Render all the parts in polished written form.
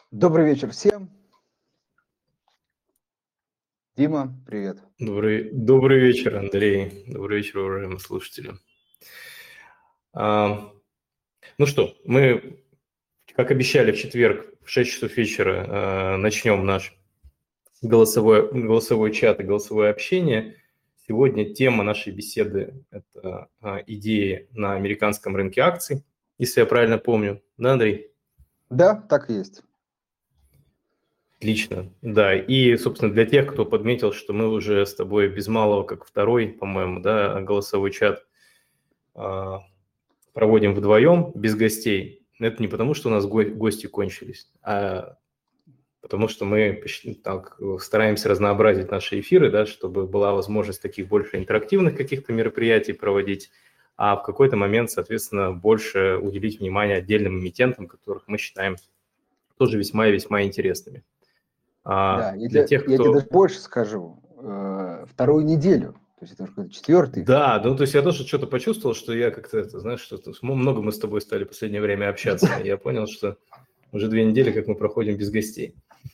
Добрый вечер всем. Дима, привет. Добрый вечер, Андрей. Добрый вечер, уважаемые слушатели. А, Ну что, мы, как обещали, в четверг в 6 часов вечера начнем наш голосовой чат и голосовое общение. Сегодня тема нашей беседы – это идеи на американском рынке акций, если я правильно помню. Да, Андрей? Да, так и есть. Отлично, да. И, собственно, для тех, кто подметил, что мы уже с тобой без малого, как второй, по-моему, да, голосовой чат а, проводим вдвоем, без гостей. Это не потому, что у нас гости кончились, а потому что мы так, стараемся разнообразить наши эфиры, да, чтобы была возможность таких больше интерактивных каких-то мероприятий проводить, а в какой-то момент, соответственно, больше уделить внимание отдельным эмитентам, которых мы считаем тоже весьма и весьма интересными. Да, Для тех, я тебе даже кто... больше скажу. Вторую неделю, то есть это уже четвертый эфир. Да, ну то есть я тоже что-то почувствовал, что я как-то, это, знаешь, что-то много мы с тобой стали в последнее время общаться, и я понял, что уже 2 недели, как мы проходим без гостей.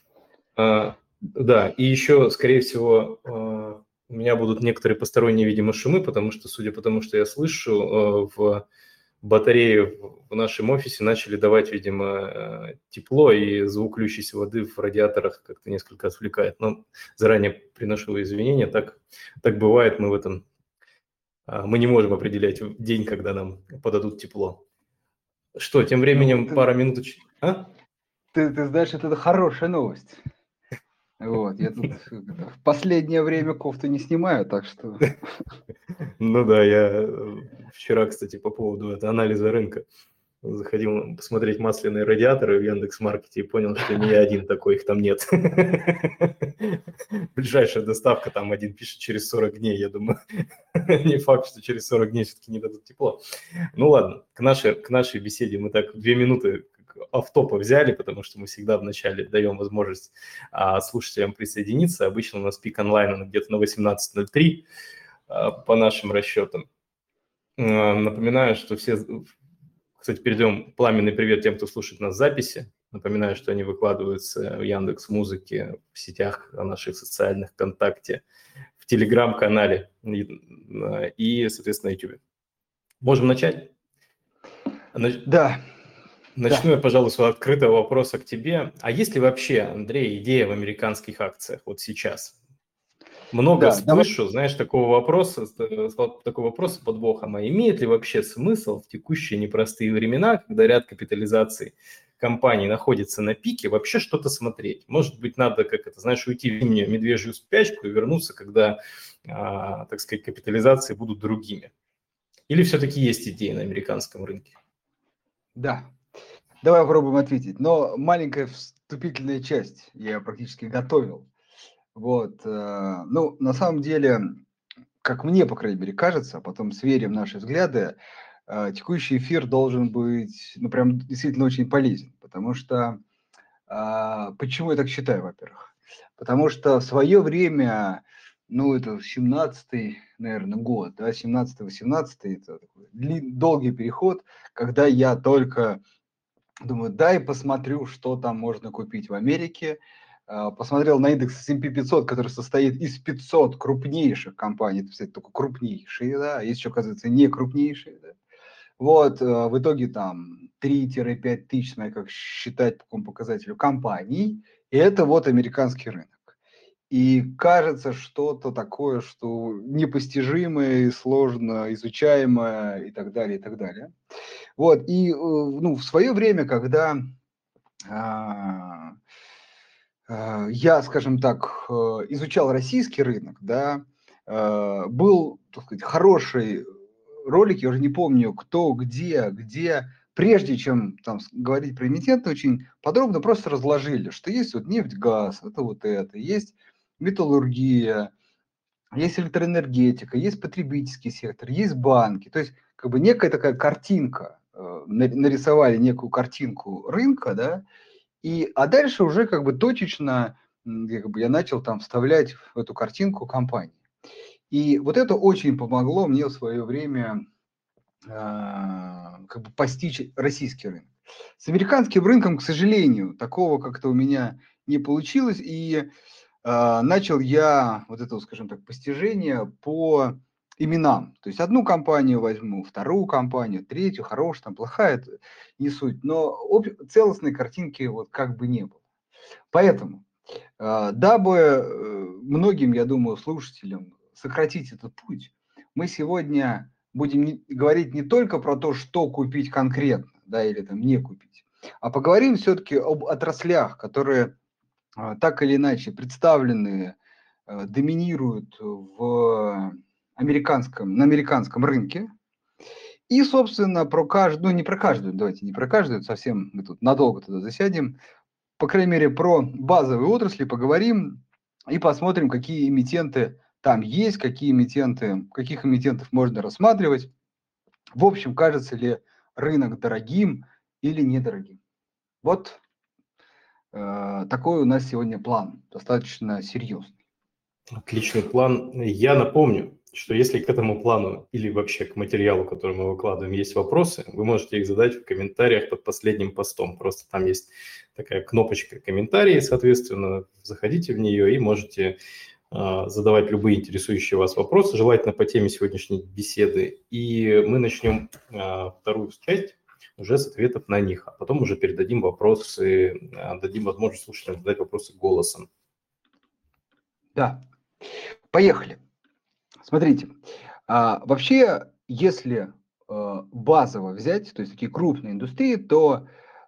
Да, и еще, скорее всего, у меня будут некоторые посторонние, видимо, шумы, потому что, судя по тому, что я слышу, в батарее в нашем офисе начали давать, видимо, тепло, и звук льющейся воды в радиаторах как-то несколько отвлекает. Но заранее приношу извинения, так бывает, мы не можем определять день, когда нам подадут тепло. Что, тем Ну, временем пара минут... А? ты знаешь, это хорошая новость. Вот, я тут в последнее время кофту не снимаю, так что... Ну да, я вчера, кстати, по поводу анализа рынка заходил посмотреть масляные радиаторы в Яндекс.Маркете и понял, что не я один такой, их там нет. Ближайшая доставка, там один пишет через 40 дней, я думаю, не факт, что через 40 дней все-таки не дадут тепло. Ну ладно, к нашей беседе мы так 2 минуты автопа взяли, потому что мы всегда вначале даем возможность слушателям присоединиться. Обычно у нас пик онлайна где-то на 18:03 по нашим расчетам. Напоминаю, что все... Кстати, перейдем пламенный привет тем, кто слушает нас в записи. Напоминаю, что они выкладываются в Яндекс.Музыке, в сетях наших социальных, ВКонтакте, в Телеграм-канале и, соответственно, на YouTube. Можем начать? Да, да. Начну я, пожалуй, с открытого вопроса к тебе. А есть ли вообще, Андрей, идея в американских акциях вот сейчас? Много Да, давай. слышу, знаешь, такого вопроса с подвохом. А имеет ли вообще смысл в текущие непростые времена, когда ряд капитализаций компаний находится на пике, вообще что-то смотреть? Может быть, надо, как это, знаешь, уйти в зимнюю медвежью спячку и вернуться, когда, так сказать, капитализации будут другими? Или все-таки есть идеи на американском рынке? Да, давай попробуем ответить. Но маленькая вступительная часть я практически готовил. Вот, ну, на самом деле, как мне, по крайней мере, кажется, а потом сверим наши взгляды, текущий эфир должен быть, ну, прям действительно очень полезен. Потому что, почему я так считаю, во-первых? Потому что в свое время, ну, это 17-й, наверное, год, да, 17-18, это такой долгий переход, когда я только думаю, дай посмотрю, что там можно купить в Америке. Посмотрел на индекс S&P 500, который состоит из 500 крупнейших компаний. Это, кстати, только крупнейшие, да, есть еще, оказывается, не крупнейшие. Да. Вот, в итоге там 3-5 тысяч, смотря как считать по какому показателю, компаний. И это вот американский рынок. И кажется что-то такое, что непостижимое, сложно изучаемое и так далее, и так далее. Вот, и ну, в свое время, когда я, скажем так, изучал российский рынок, да, был, так сказать, хороший ролик, я уже не помню, кто, где, прежде чем там говорить про эмитенты, очень подробно просто разложили, что есть вот нефть, газ, это, есть металлургия, есть электроэнергетика, есть потребительский сектор, есть банки. То есть как бы некая такая картинка, нарисовали некую картинку рынка, да, а дальше уже как бы точечно как бы я начал там вставлять в эту картинку компании. И вот это очень помогло мне в свое время как бы постичь российский рынок. С американским рынком, к сожалению, такого как-то у меня не получилось, и начал я вот это, скажем так, постижение по именам. То есть одну компанию возьму, вторую компанию, третью, хорошая, там, плохая, это не суть, но целостной картинки вот как бы не было. Поэтому, дабы многим, я думаю, слушателям сократить этот путь, мы сегодня будем говорить не только про то, что купить конкретно, да, или там не купить, а поговорим все-таки об отраслях, которые так или иначе представлены, доминируют на американском рынке. И, собственно, про каждую, ну не про каждую, давайте не про каждую, совсем мы тут надолго туда засядем, по крайней мере, про базовые отрасли поговорим и посмотрим, какие эмитенты там есть, каких эмитентов можно рассматривать. В общем, кажется ли рынок дорогим или недорогим. Вот такой у нас сегодня план, достаточно серьезный. Отличный план. Я напомню, что если к этому плану или вообще к материалу, который мы выкладываем, есть вопросы, вы можете их задать в комментариях под последним постом. Просто там есть такая кнопочка «Комментарии», соответственно, заходите в нее и можете задавать любые интересующие вас вопросы, желательно по теме сегодняшней беседы. И мы начнем вторую часть уже с ответов на них, а потом уже передадим вопросы, дадим возможность слушателям задать вопросы голосом. Да, поехали. Смотрите, вообще, если базово взять, то есть такие крупные индустрии, то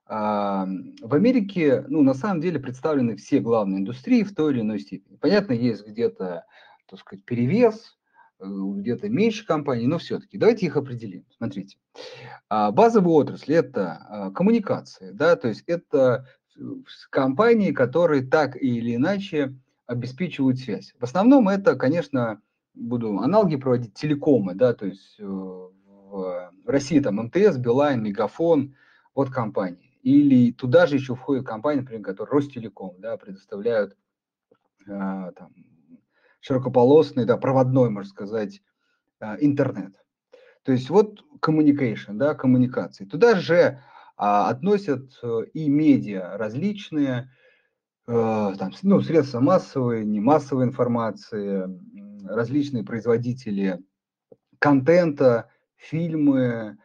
в Америке, ну, на самом деле представлены все главные индустрии в той или иной степени. Понятно, есть где-то, так сказать, перевес, где-то меньше компаний, но все-таки давайте их определим. Смотрите, базовые отрасли – это коммуникации, да, то есть это компании, которые так или иначе обеспечивают связь. В основном это, конечно, буду аналоги проводить, телекомы, да, то есть в России там МТС, Билайн, Мегафон, вот компании. Или туда же еще входят компании, например, которые Ростелеком, да, предоставляют там, широкополосный, да, проводной, можно сказать, интернет. То есть вот communication, да, коммуникации. Туда же относят и медиа различные, там, ну, средства массовой, не массовой информации, различные производители контента, фильмы,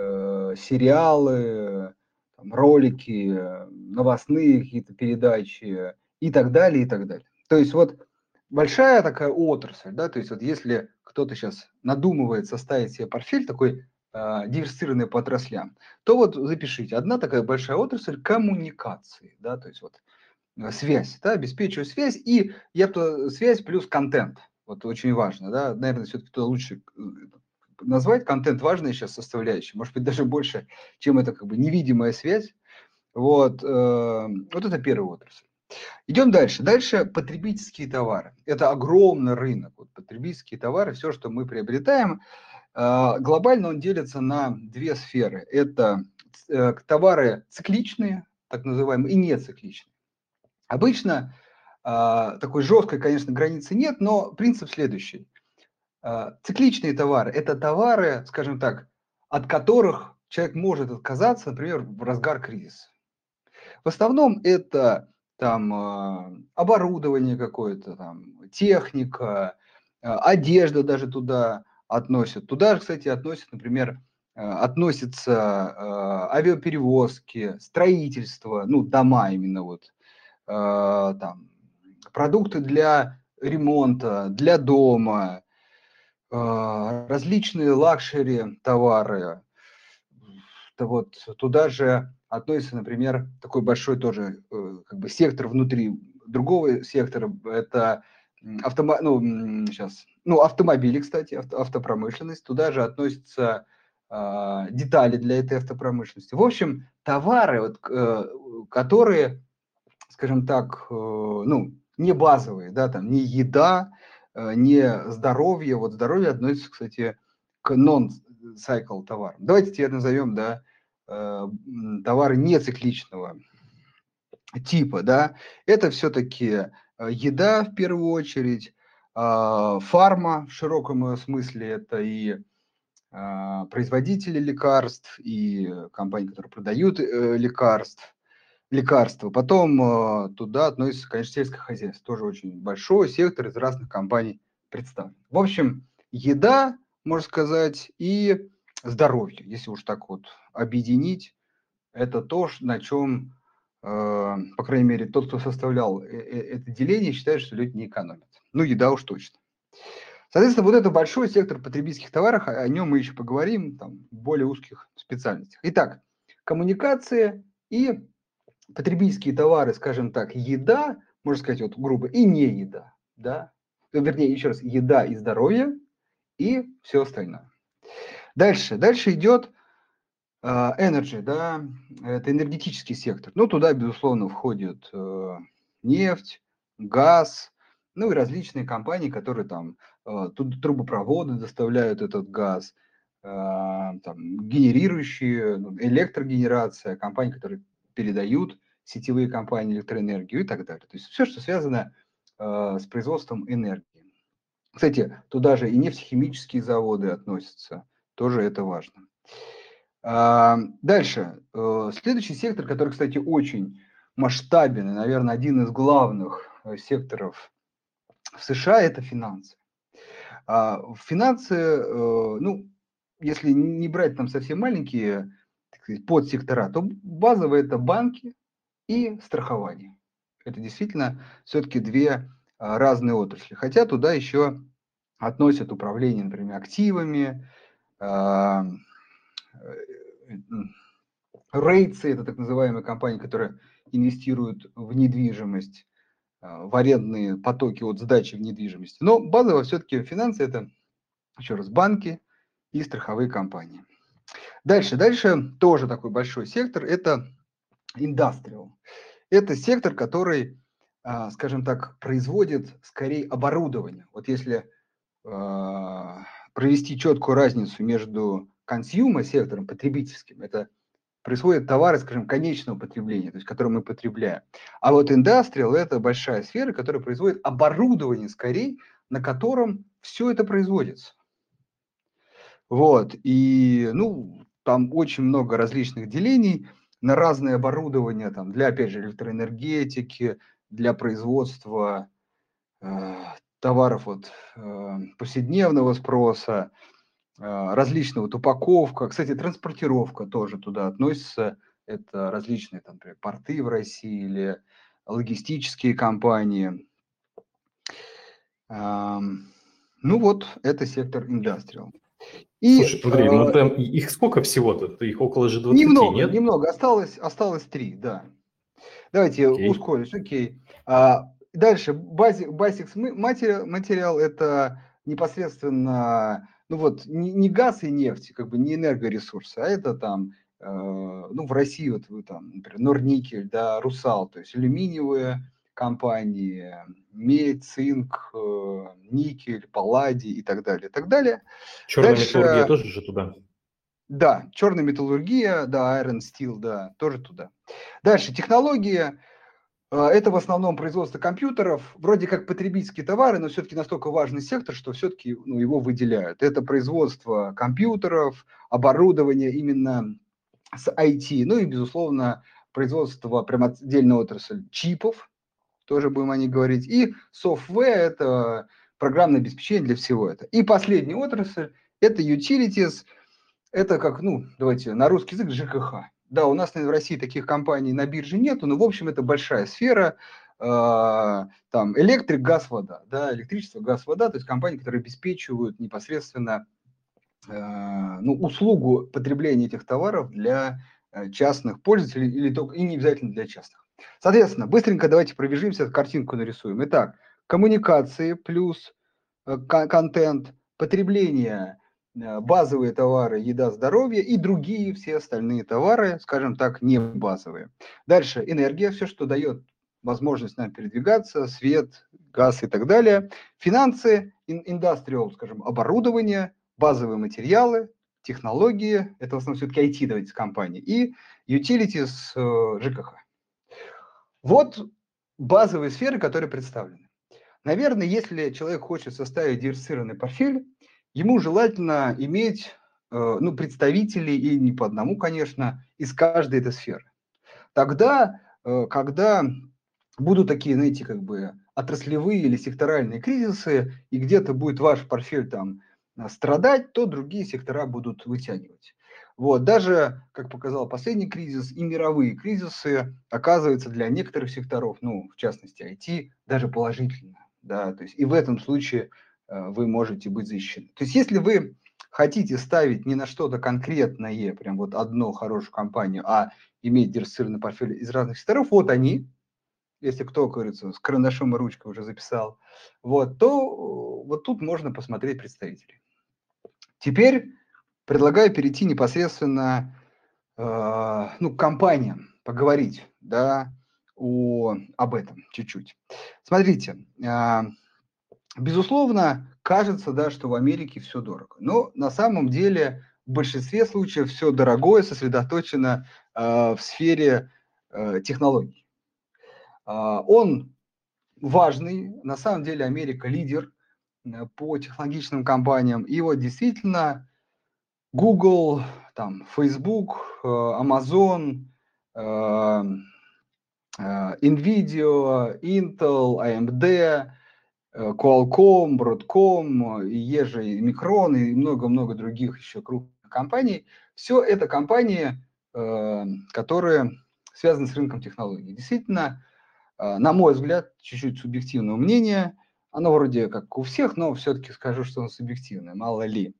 сериалы, там, ролики, новостные какие-то передачи и так далее, и так далее. То есть вот большая такая отрасль, да, то есть вот если кто-то сейчас надумывает составить себе портфель такой диверсифицированный по отраслям, то вот запишите, одна такая большая отрасль коммуникации, да, то есть вот связь, да, обеспечиваю связь, и связь плюс контент. Вот очень важно, да, наверное, все-таки туда лучше назвать контент важная сейчас составляющая, может быть, даже больше, чем это как бы невидимая связь. Вот, вот это первая отрасль. Идем дальше. Дальше потребительские товары. Это огромный рынок. Вот потребительские товары, все, что мы приобретаем, глобально он делится на две сферы. Это товары цикличные, так называемые, и нецикличные. Обычно такой жесткой, конечно, границы нет, но принцип следующий. Цикличные товары – это товары, скажем так, от которых человек может отказаться, например, в разгар кризиса. В основном это там оборудование какое-то, там, техника, одежда даже туда относят. Туда же, кстати, относят, например, относятся авиаперевозки, строительство, ну, дома именно вот, там, продукты для ремонта, для дома, различные лакшери товары. Вот туда же относится, например, такой большой тоже как бы сектор внутри другого сектора. Это автомобили, кстати, автопромышленность. Туда же относятся детали для этой автопромышленности. В общем, товары, вот, которые, скажем так, ну, не базовые, да, там, не еда, не здоровье. Вот здоровье относится, кстати, к non-cycle товарам. Давайте теперь назовем, да, товары нецикличного типа, да. Это все-таки еда в первую очередь, фарма в широком смысле, это и производители лекарств и компании, которые продают лекарства. Потом туда относится, конечно, сельское хозяйство. Тоже очень большой сектор из разных компаний представлен. В общем, еда, можно сказать, и здоровье, если уж так вот объединить, это то, на чем, по крайней мере, тот, кто составлял это деление, считает, что люди не экономят. Ну, еда уж точно. Соответственно, вот это большой сектор потребительских товаров, о нем мы еще поговорим там, в более узких специальностях. Итак, коммуникация и потребительские товары, скажем так, еда, можно сказать, вот грубо, и не еда, да, вернее, еще раз, еда и здоровье, и все остальное. Дальше идет energy, да, это энергетический сектор. Ну, туда, безусловно, входит нефть, газ, ну и различные компании, которые там трубопроводы доставляют этот газ, там, генерирующие, электрогенерация, компании, которые передают сетевые компании электроэнергию и так далее. То есть все, что связано с производством энергии. Кстати, туда же и нефтехимические заводы относятся, тоже это важно. Дальше. Следующий сектор, который, кстати, очень масштабен, и, наверное, один из главных секторов в США, это финансы. Финансы, ну, если не брать там совсем маленькие, так сказать, подсектора, то базовые это банки и страхование. Это действительно все-таки две разные отрасли. Хотя туда еще относят управление, например, активами, рейдсы, это так называемые компании, которые инвестируют в недвижимость, в арендные потоки от сдачи в недвижимости. Но базово все-таки финансы – это, еще раз, банки и страховые компании. Дальше тоже такой большой сектор – это индастриал. Это сектор, который, скажем так, производит скорее оборудование. Вот если провести четкую разницу между консюмер сектором, потребительским, это происходят товары, скажем, конечного потребления, то есть которые мы потребляем. А вот индастриал – это большая сфера, которая производит оборудование, скорее, на котором все это производится. Вот, и, ну, там очень много различных делений на разное оборудование, там, для, опять же, электроэнергетики, для производства товаров вот, повседневного спроса, различная вот упаковка. Кстати, транспортировка тоже туда относится. Это различные, там, например, порты в России или логистические компании. Ну вот, это сектор индастриал. Слушай, Андрей, ну там их сколько всего-то? Их около же 20, нет? Немного. Осталось 3, да. Давайте ускорюсь, окей. Дальше, Basics материал – это непосредственно, ну вот, не газ и нефть, как бы не энергоресурсы, а это там, ну, в России, вот вы там, например, Норникель, да, Русал, то есть алюминиевые компании, медь, цинк, никель, палладий и так далее, и так далее. Черная металлургия тоже же туда? Да, черная металлургия, да, Iron Steel, да, тоже туда. Дальше, технология. Это в основном производство компьютеров, вроде как потребительские товары, но все-таки настолько важный сектор, что все-таки его выделяют. Это производство компьютеров, оборудование именно с IT, ну и, безусловно, производство прям отдельная отрасль чипов, тоже будем о них говорить, и software – это программное обеспечение для всего этого. И последняя отрасль – это utilities, это как, ну, давайте на русский язык ЖКХ. Да, у нас, наверное, в России таких компаний на бирже нету, но, в общем, это большая сфера. Там электрик, газ, вода. Да, электричество, газ, вода, то есть компании, которые обеспечивают непосредственно услугу потребления этих товаров для частных пользователей или только, и не обязательно для частных. Соответственно, быстренько давайте пробежимся, картинку нарисуем. Итак, коммуникации плюс контент, потребление, базовые товары, еда, здоровье и другие все остальные товары, скажем так, не базовые. Дальше энергия, все, что дает возможность нам передвигаться, свет, газ и так далее. Финансы, индастриал, скажем, оборудование, базовые материалы, технологии, это в основном все-таки IT, давайте, компании, и utilities, ЖКХ. Вот базовые сферы, которые представлены. Наверное, если человек хочет составить диверсифицированный портфель, ему желательно иметь ну, представителей, и не по одному, конечно, из каждой этой сферы. Тогда, когда будут такие, знаете, как бы отраслевые или секторальные кризисы, и где-то будет ваш портфель там страдать, то другие сектора будут вытягивать. Вот, даже, как показал последний кризис, и мировые кризисы оказываются для некоторых секторов, ну, в частности, IT, даже положительно. Да, то есть и в этом случае вы можете быть защищены. То есть если вы хотите ставить не на что-то конкретное, прям вот одну хорошую компанию, а иметь диверсифицированный портфель из разных секторов, вот они, если кто, как говорится, с карандашом и ручкой уже записал, вот, то вот тут можно посмотреть представителей. Теперь предлагаю перейти непосредственно ну, к компаниям, поговорить, да, об этом чуть-чуть. Смотрите, безусловно, кажется, да, что в Америке все дорого, но на самом деле в большинстве случаев все дорогое сосредоточено в сфере технологий. Он важный, на самом деле Америка лидер по технологичным компаниям, и вот действительно Google, там, Facebook, Amazon, NVIDIA, Intel, AMD, Qualcomm, Broadcom, и же и Micron, и много-много других еще крупных компаний. Все это компании, которые связаны с рынком технологий. Действительно, на мой взгляд, чуть-чуть субъективного мнения, оно вроде как у всех, но все-таки скажу, что оно субъективное, мало ли.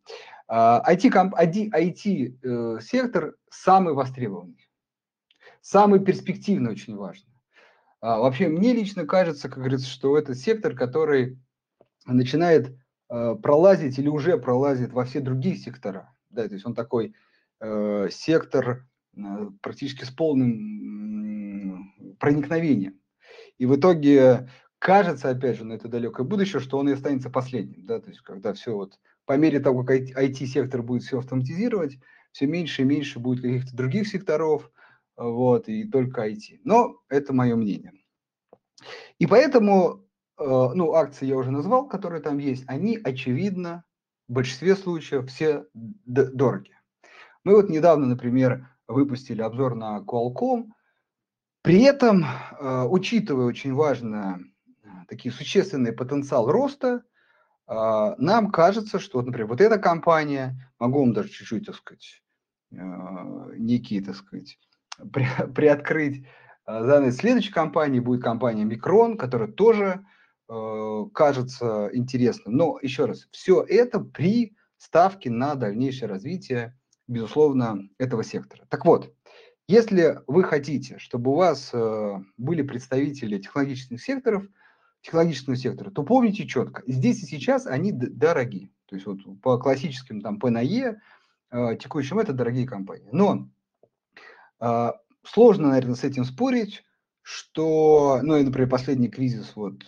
IT-сектор самый востребованный, самый перспективный, очень важно. Вообще, мне лично кажется, как говорится, что это сектор, который начинает пролазить или уже пролазит во все другие сектора. Да, то есть он такой сектор практически с полным проникновением. И в итоге кажется, опять же, на это далекое будущее, что он и останется последним. Да? То есть когда все вот по мере того, как IT-сектор будет все автоматизировать, все меньше и меньше будет каких-то других секторов, вот, и только IT. Но это мое мнение. И поэтому, ну, акции я уже назвал, которые там есть, они, очевидно, в большинстве случаев все дороги. Мы вот недавно, например, выпустили обзор на Qualcomm. При этом, учитывая очень важно такие существенный потенциал роста, нам кажется, что, вот, например, вот эта компания, могу вам даже чуть-чуть, так сказать, некие, так сказать, приоткрыть занавес следующей компании, будет компания Micron, которая тоже кажется интересным. Но, еще раз, все это при ставке на дальнейшее развитие, безусловно, этого сектора. Так вот, если вы хотите, чтобы у вас были представители технологического сектора, то помните четко, здесь и сейчас они дорогие. То есть вот по классическим там P на E текущим это дорогие компании. Но сложно, наверное, с этим спорить, что, ну и, например, последний кризис вот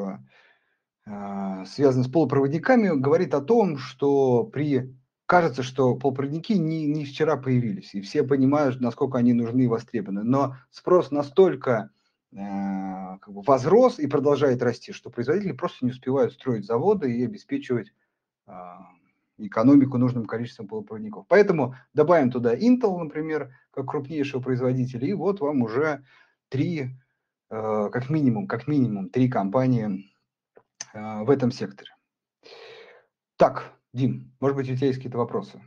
связанный с полупроводниками, говорит о том, что кажется, что полупроводники не вчера появились, и все понимают, насколько они нужны и востребованы. Но спрос настолько как бы возрос и продолжает расти, что производители просто не успевают строить заводы и обеспечивать экономику нужным количеством полупроводников. Поэтому добавим туда Intel, например, как крупнейшего производителя, и вот вам уже как минимум три компании в этом секторе. Так, Дим, может быть, у тебя есть какие-то вопросы?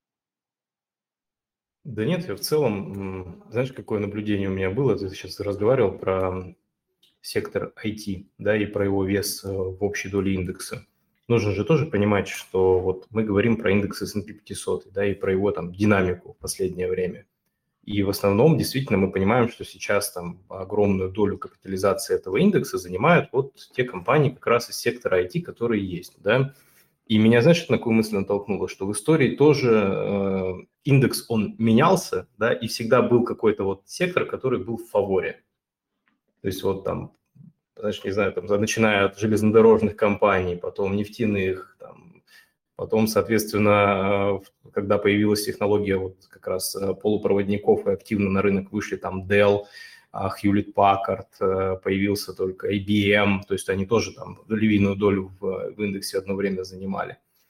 Да нет, я в целом, знаешь, какое наблюдение у меня было, ты сейчас разговаривал про сектор IT, да, и про его вес в общей доле индекса. Нужно же тоже понимать, что вот мы говорим про индекс S&P 500, да, и про его там динамику в последнее время. И в основном действительно мы понимаем, что сейчас там огромную долю капитализации этого индекса занимают вот те компании как раз из сектора IT, которые есть, да. И меня, знаешь, на какую мысль натолкнуло, что в истории тоже индекс, он менялся, да, и всегда был какой-то вот сектор, который был в фаворе. То есть вот там, знаешь, не знаю, там, начиная от железнодорожных компаний, потом нефтяных, там, потом, соответственно, когда появилась технология вот как раз полупроводников и активно на рынок вышли там Dell, Hewlett Packard, появился только IBM, то есть они тоже там львиную долю в индексе одно время занимали.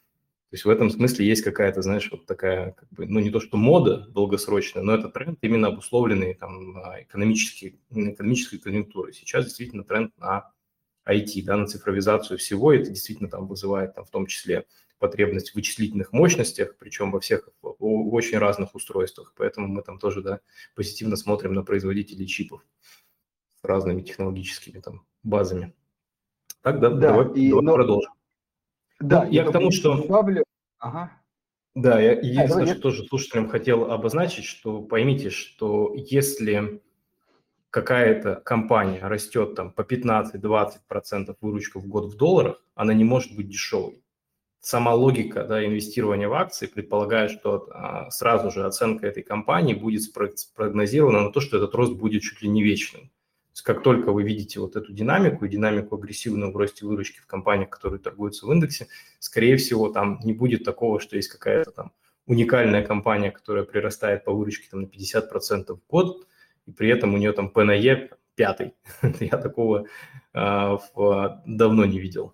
То есть в этом смысле есть какая-то, знаешь, вот такая, как бы, ну, не то что мода долгосрочная, но это тренд, именно обусловленный там экономической конъюнктурой. Сейчас действительно тренд на IT, да, на цифровизацию всего, это действительно там вызывает там, в том числе потребность в вычислительных мощностях, причем во всех, в очень разных устройствах. Поэтому мы там тоже, да, позитивно смотрим на производителей чипов с разными технологическими там базами. Так, да, Да, давай продолжим. да, Ну, я я к только тому, что... добавлю. Ага. Да, я Да, давай, единственное, что тоже слушателям хотел обозначить, что поймите, что если какая-то компания растет там по 15-20% выручка в год в долларах, она не может быть дешевой. Сама логика, да, инвестирования в акции предполагает, что сразу же оценка этой компании будет спрогнозирована на то, что этот рост будет чуть ли не вечным. То есть как только вы видите вот эту динамику и динамику агрессивную в росте выручки в компаниях, которые торгуются в индексе, скорее всего, там не будет такого, что есть какая-то там уникальная компания, которая прирастает по выручке там, на 50% в год, и при этом у нее там P на E 5. Я такого давно не видел.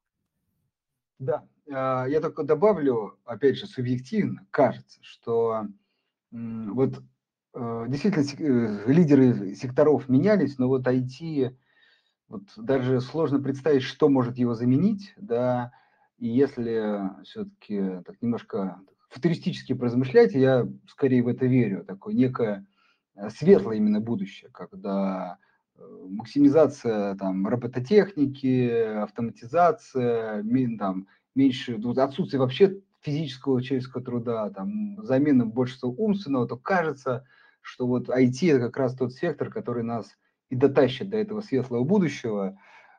Да, я только добавлю, опять же, субъективно, кажется, что вот действительно лидеры секторов менялись, но вот IT, вот даже сложно представить, что может его заменить, да, и если все-таки так немножко футуристически поразмышлять, я скорее в это верю, такое некое светлое именно будущее, когда максимизация там робототехники, автоматизация, там, меньше, ну, отсутствие вообще физического человеческого труда, там, замена большинства умственного, то кажется, что вот IT – это как раз тот сектор, который нас и дотащит до этого светлого будущего.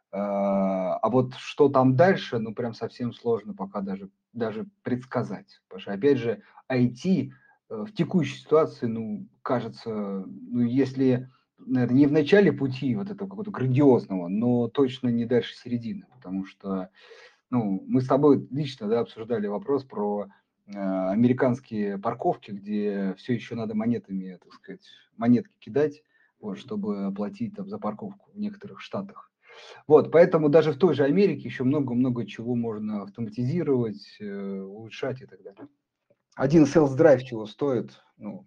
А вот что там дальше, ну, прям совсем сложно пока даже предсказать. Потому что, опять же, IT в текущей ситуации, ну, кажется, ну, если, наверное, не в начале пути вот этого какого-то грандиозного, но точно не дальше середины, потому что, ну, мы с тобой лично, да, обсуждали вопрос про американские парковки, где все еще надо монетами, так сказать, монетки кидать, вот, чтобы оплатить там за парковку в некоторых штатах. Вот, поэтому даже в той же Америке еще много-много чего можно автоматизировать, улучшать и так далее. Один sales drive чего стоит, ну.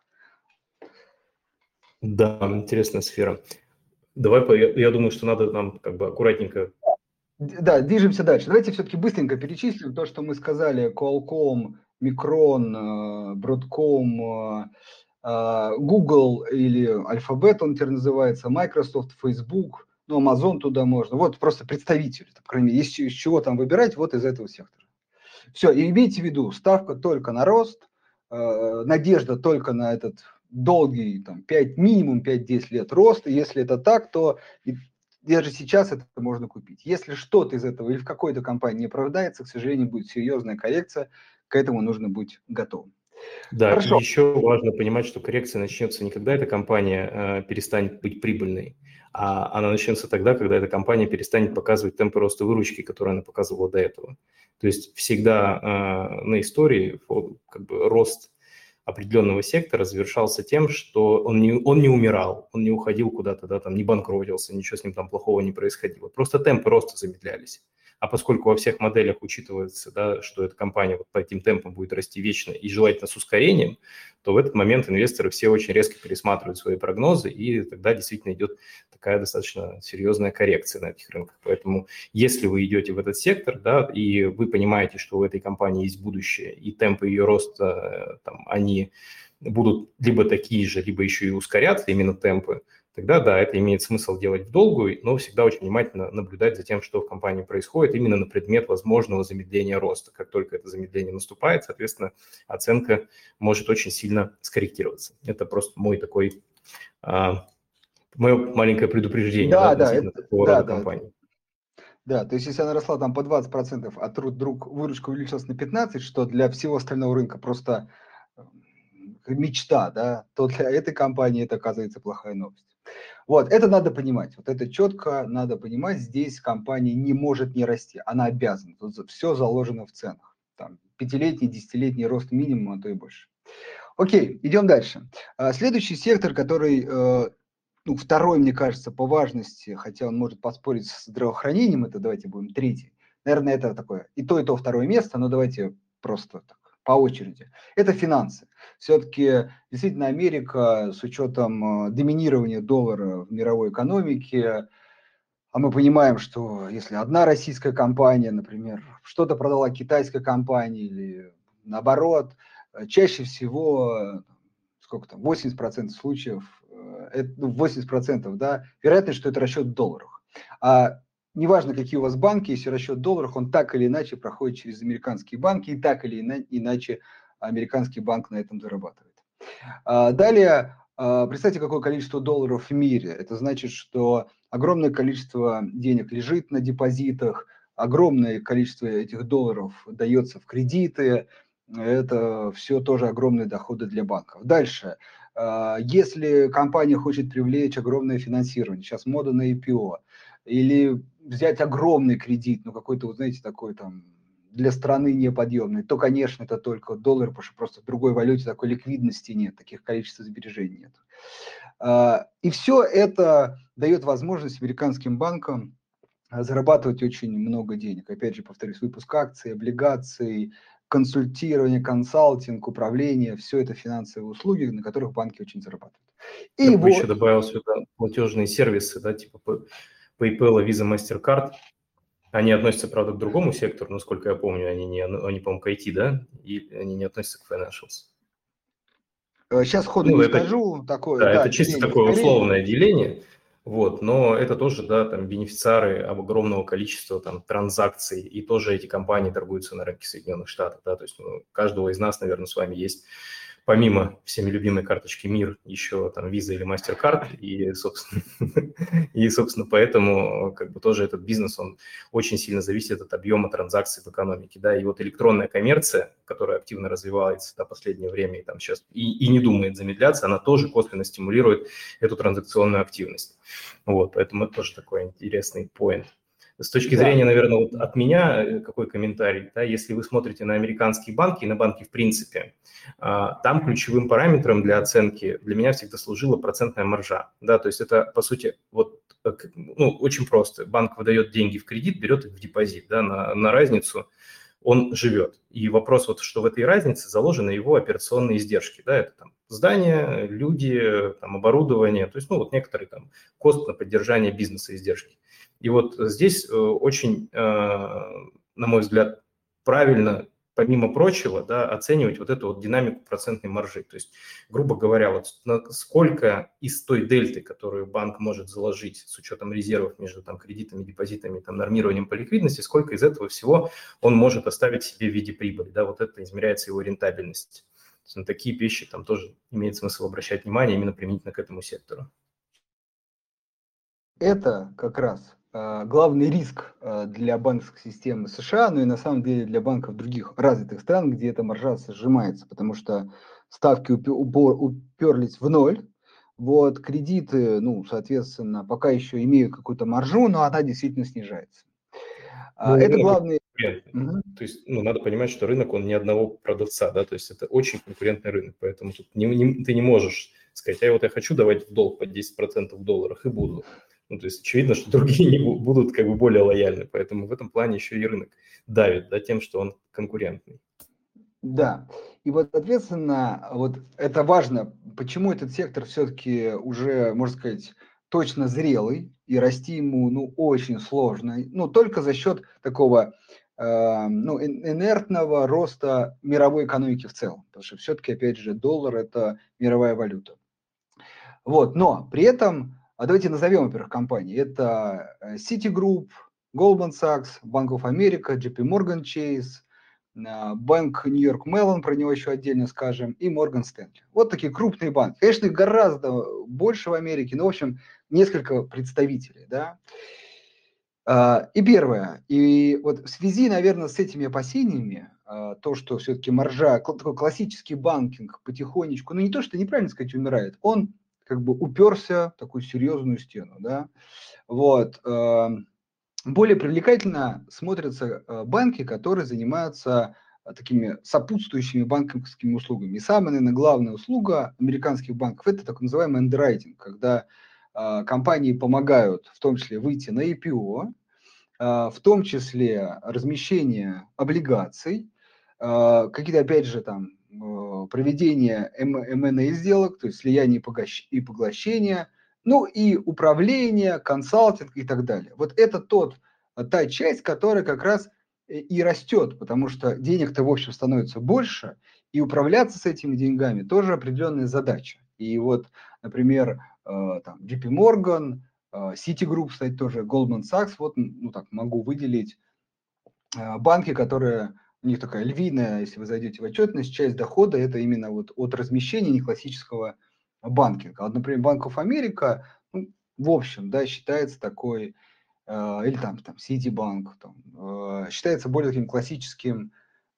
Да, интересная сфера. Давай, я думаю, что надо нам как бы аккуратненько. Да, движемся дальше. Давайте все-таки быстренько перечислим то, что мы сказали. Qualcomm, Micron, Broadcom, Google или Alphabet, он теперь называется, Microsoft, Facebook, ну, Amazon туда можно. Вот просто представители, по крайней мере, из чего там выбирать, вот из этого сектора. Все, и имейте в виду, ставка только на рост, надежда только на этот долгий, там, минимум 5-10 лет рост. И если это так, то даже сейчас это можно купить. Если что-то из этого или в какой-то компании не оправдается, к сожалению, будет серьезная коррекция, к этому нужно быть готовым. Да, и Хорошо. еще важно понимать, что коррекция начнется не когда эта компания перестанет быть прибыльной, а она начнется тогда, когда эта компания перестанет показывать темпы роста выручки, которые она показывала до этого. То есть всегда на истории как бы рост определенного сектора завершался тем, что он не умирал, он не уходил куда-то, да, там не банкротился, ничего с ним там плохого не происходило. Просто темпы роста замедлялись. А поскольку во всех моделях учитывается, да, что эта компания вот по этим темпам будет расти вечно и желательно с ускорением, то в этот момент инвесторы все очень резко пересматривают свои прогнозы, и тогда действительно идет такая достаточно серьезная коррекция на этих рынках. Поэтому если вы идете в этот сектор, да, и вы понимаете, что у этой компании есть будущее, и темпы ее роста, там, они будут либо такие же, либо еще и ускорятся, именно темпы, тогда да, это имеет смысл делать в долгую, но всегда очень внимательно наблюдать за тем, что в компании происходит, именно на предмет возможного замедления роста. Как только это замедление наступает, соответственно, оценка может очень сильно скорректироваться. Это просто мой такой, мое маленькое предупреждение, да, относительно такого рода компаний. Да, то есть если она росла там по 20%, а вдруг выручка увеличилась на 15%, что для всего остального рынка просто мечта, да, то для этой компании это оказывается плохая новость. Вот, это надо понимать, вот это четко надо понимать, здесь компания не может не расти, она обязана, тут все заложено в ценах, там, 5-летний, 10-летний рост минимум, а то и больше. Окей, идем дальше. Следующий сектор, который, ну, второй, мне кажется, по важности, хотя он может поспорить с здравоохранением, это давайте будем третий, Наверное, это такое и то второе место, но давайте просто так, по очереди. Это финансы. Все-таки действительно Америка с учетом доминирования доллара в мировой экономике, а мы понимаем, что если одна российская компания, например, что-то продала китайской компании или наоборот, чаще всего, сколько там, 80% случаев, 80%, да, вероятность, что это расчет в долларах. А неважно, какие у вас банки, если расчет в долларах, он так или иначе проходит через американские банки, и так или иначе американский банк на этом зарабатывает. Далее, представьте, какое количество долларов в мире. Это значит, что огромное количество денег лежит на депозитах, огромное количество этих долларов дается в кредиты. Это все тоже огромные доходы для банков. Дальше, если компания хочет привлечь огромное финансирование, сейчас мода на IPO, или взять огромный кредит, ну какой-то, вот знаете, такой там для страны неподъемный, то, конечно, это только доллар, потому что просто в другой валюте такой ликвидности нет, таких количества сбережений нет. И все это дает возможность американским банкам зарабатывать очень много денег. Опять же, повторюсь, выпуск акций, облигаций, консультирование, консалтинг, управление, все это финансовые услуги, на которых банки очень зарабатывают. Я И бы еще вот добавил сюда платежные сервисы, да, типа PayPal, Visa, MasterCard. Они относятся, правда, к другому сектору, насколько я помню, они по-моему, к IT, да, и они не относятся к financials. Сейчас сходу Ну, не это, скажу, такое, да, да, это чисто деление такое скорее. условное деление, вот, но это тоже, да, там, бенефициары огромного количества там транзакций, и тоже эти компании торгуются на рынке Соединенных Штатов, да, то есть у каждого из нас, наверное, с вами есть помимо всеми любимой карточки МИР, еще там Visa или MasterCard, и, собственно, поэтому как бы тоже этот бизнес, он очень сильно зависит от объема транзакций в экономике, да, и вот электронная коммерция, которая активно развивается в последнее время и там сейчас и не думает замедляться, она тоже косвенно стимулирует эту транзакционную активность. Вот, поэтому это тоже такой интересный поинт. С точки зрения, наверное, вот от меня какой комментарий, да, если вы смотрите на американские банки и на банки в принципе, там ключевым параметром для оценки для меня всегда служила процентная маржа, да, то есть это, по сути, вот, ну, очень просто. Банк выдает деньги в кредит, берет их в депозит, да, на разницу он живет. И вопрос вот, что в этой разнице заложены его операционные издержки, да, это там здания, люди, там, оборудование, то есть, ну, вот некоторые там кост на поддержание бизнеса издержки. И вот здесь очень, на мой взгляд, правильно, помимо прочего, да, оценивать вот эту вот динамику процентной маржи. То есть, грубо говоря, вот сколько из той дельты, которую банк может заложить с учетом резервов между там кредитами, депозитами, там нормированием по ликвидности, сколько из этого всего он может оставить себе в виде прибыли. Да, вот это измеряется его рентабельность. На такие вещи там тоже имеет смысл обращать внимание именно применительно к этому сектору. Это как раз главный риск для банковской системы США, но и на самом деле для банков других развитых стран, где эта маржа сжимается, потому что ставки уперлись в ноль. Вот кредиты, ну, соответственно, пока еще имеют какую-то маржу, но она действительно снижается. Ну, Это рынок главный. конкурентный. Мгм. То есть, ну, надо понимать, что рынок, он не одного продавца, да, то есть это очень конкурентный рынок, поэтому тут ты не можешь сказать, я хочу давать в долг по 10% в долларах и буду. Ну, то есть очевидно, что другие не будут как бы более лояльны, поэтому в этом плане еще и рынок давит, да, тем, что он конкурентный. Да, и вот, соответственно, вот это важно, почему этот сектор все-таки уже, можно сказать, точно зрелый, и расти ему, ну, очень сложно, ну, только за счет такого, ну, инертного роста мировой экономики в целом, потому что все-таки, опять же, доллар – это мировая валюта. Вот, но при этом, давайте назовем, во-первых, компании, это Citigroup, Goldman Sachs, Bank of America, JP Morgan Chase, банк Нью-Йорк Mellon, про него еще отдельно скажем, и Morgan Stanley. Вот такие крупные банки. Конечно, их гораздо больше в Америке, но, в общем, несколько представителей, да. И первое, и вот в связи, наверное, с этими опасениями, то, что все-таки маржа, такой классический банкинг потихонечку, ну не то, что неправильно сказать, умирает, он как бы уперся в такую серьезную стену, да. Вот. Более привлекательно смотрятся банки, которые занимаются такими сопутствующими банковскими услугами. И самая, наверное, главная услуга американских банков – это так называемый андеррайтинг, когда компании помогают в том числе выйти на IPO, в том числе размещение облигаций, какие-то, опять же, там, проведение M&A сделок, то есть слияние и поглощение, ну и управление, консалтинг и так далее. Вот это та часть, которая как раз и растет, потому что денег-то, в общем, становится больше, и управляться с этими деньгами тоже определенная задача. И вот, например, там, JP Morgan, Citigroup, кстати, тоже, Goldman Sachs, вот, ну так, могу выделить банки, которые, у них такая львиная, если вы зайдете в отчетность, часть дохода, это именно вот от размещения неклассического банкинга. Вот, например, Bank of America, ну, в общем, да, считается такой, или там Citibank, считается более таким классическим,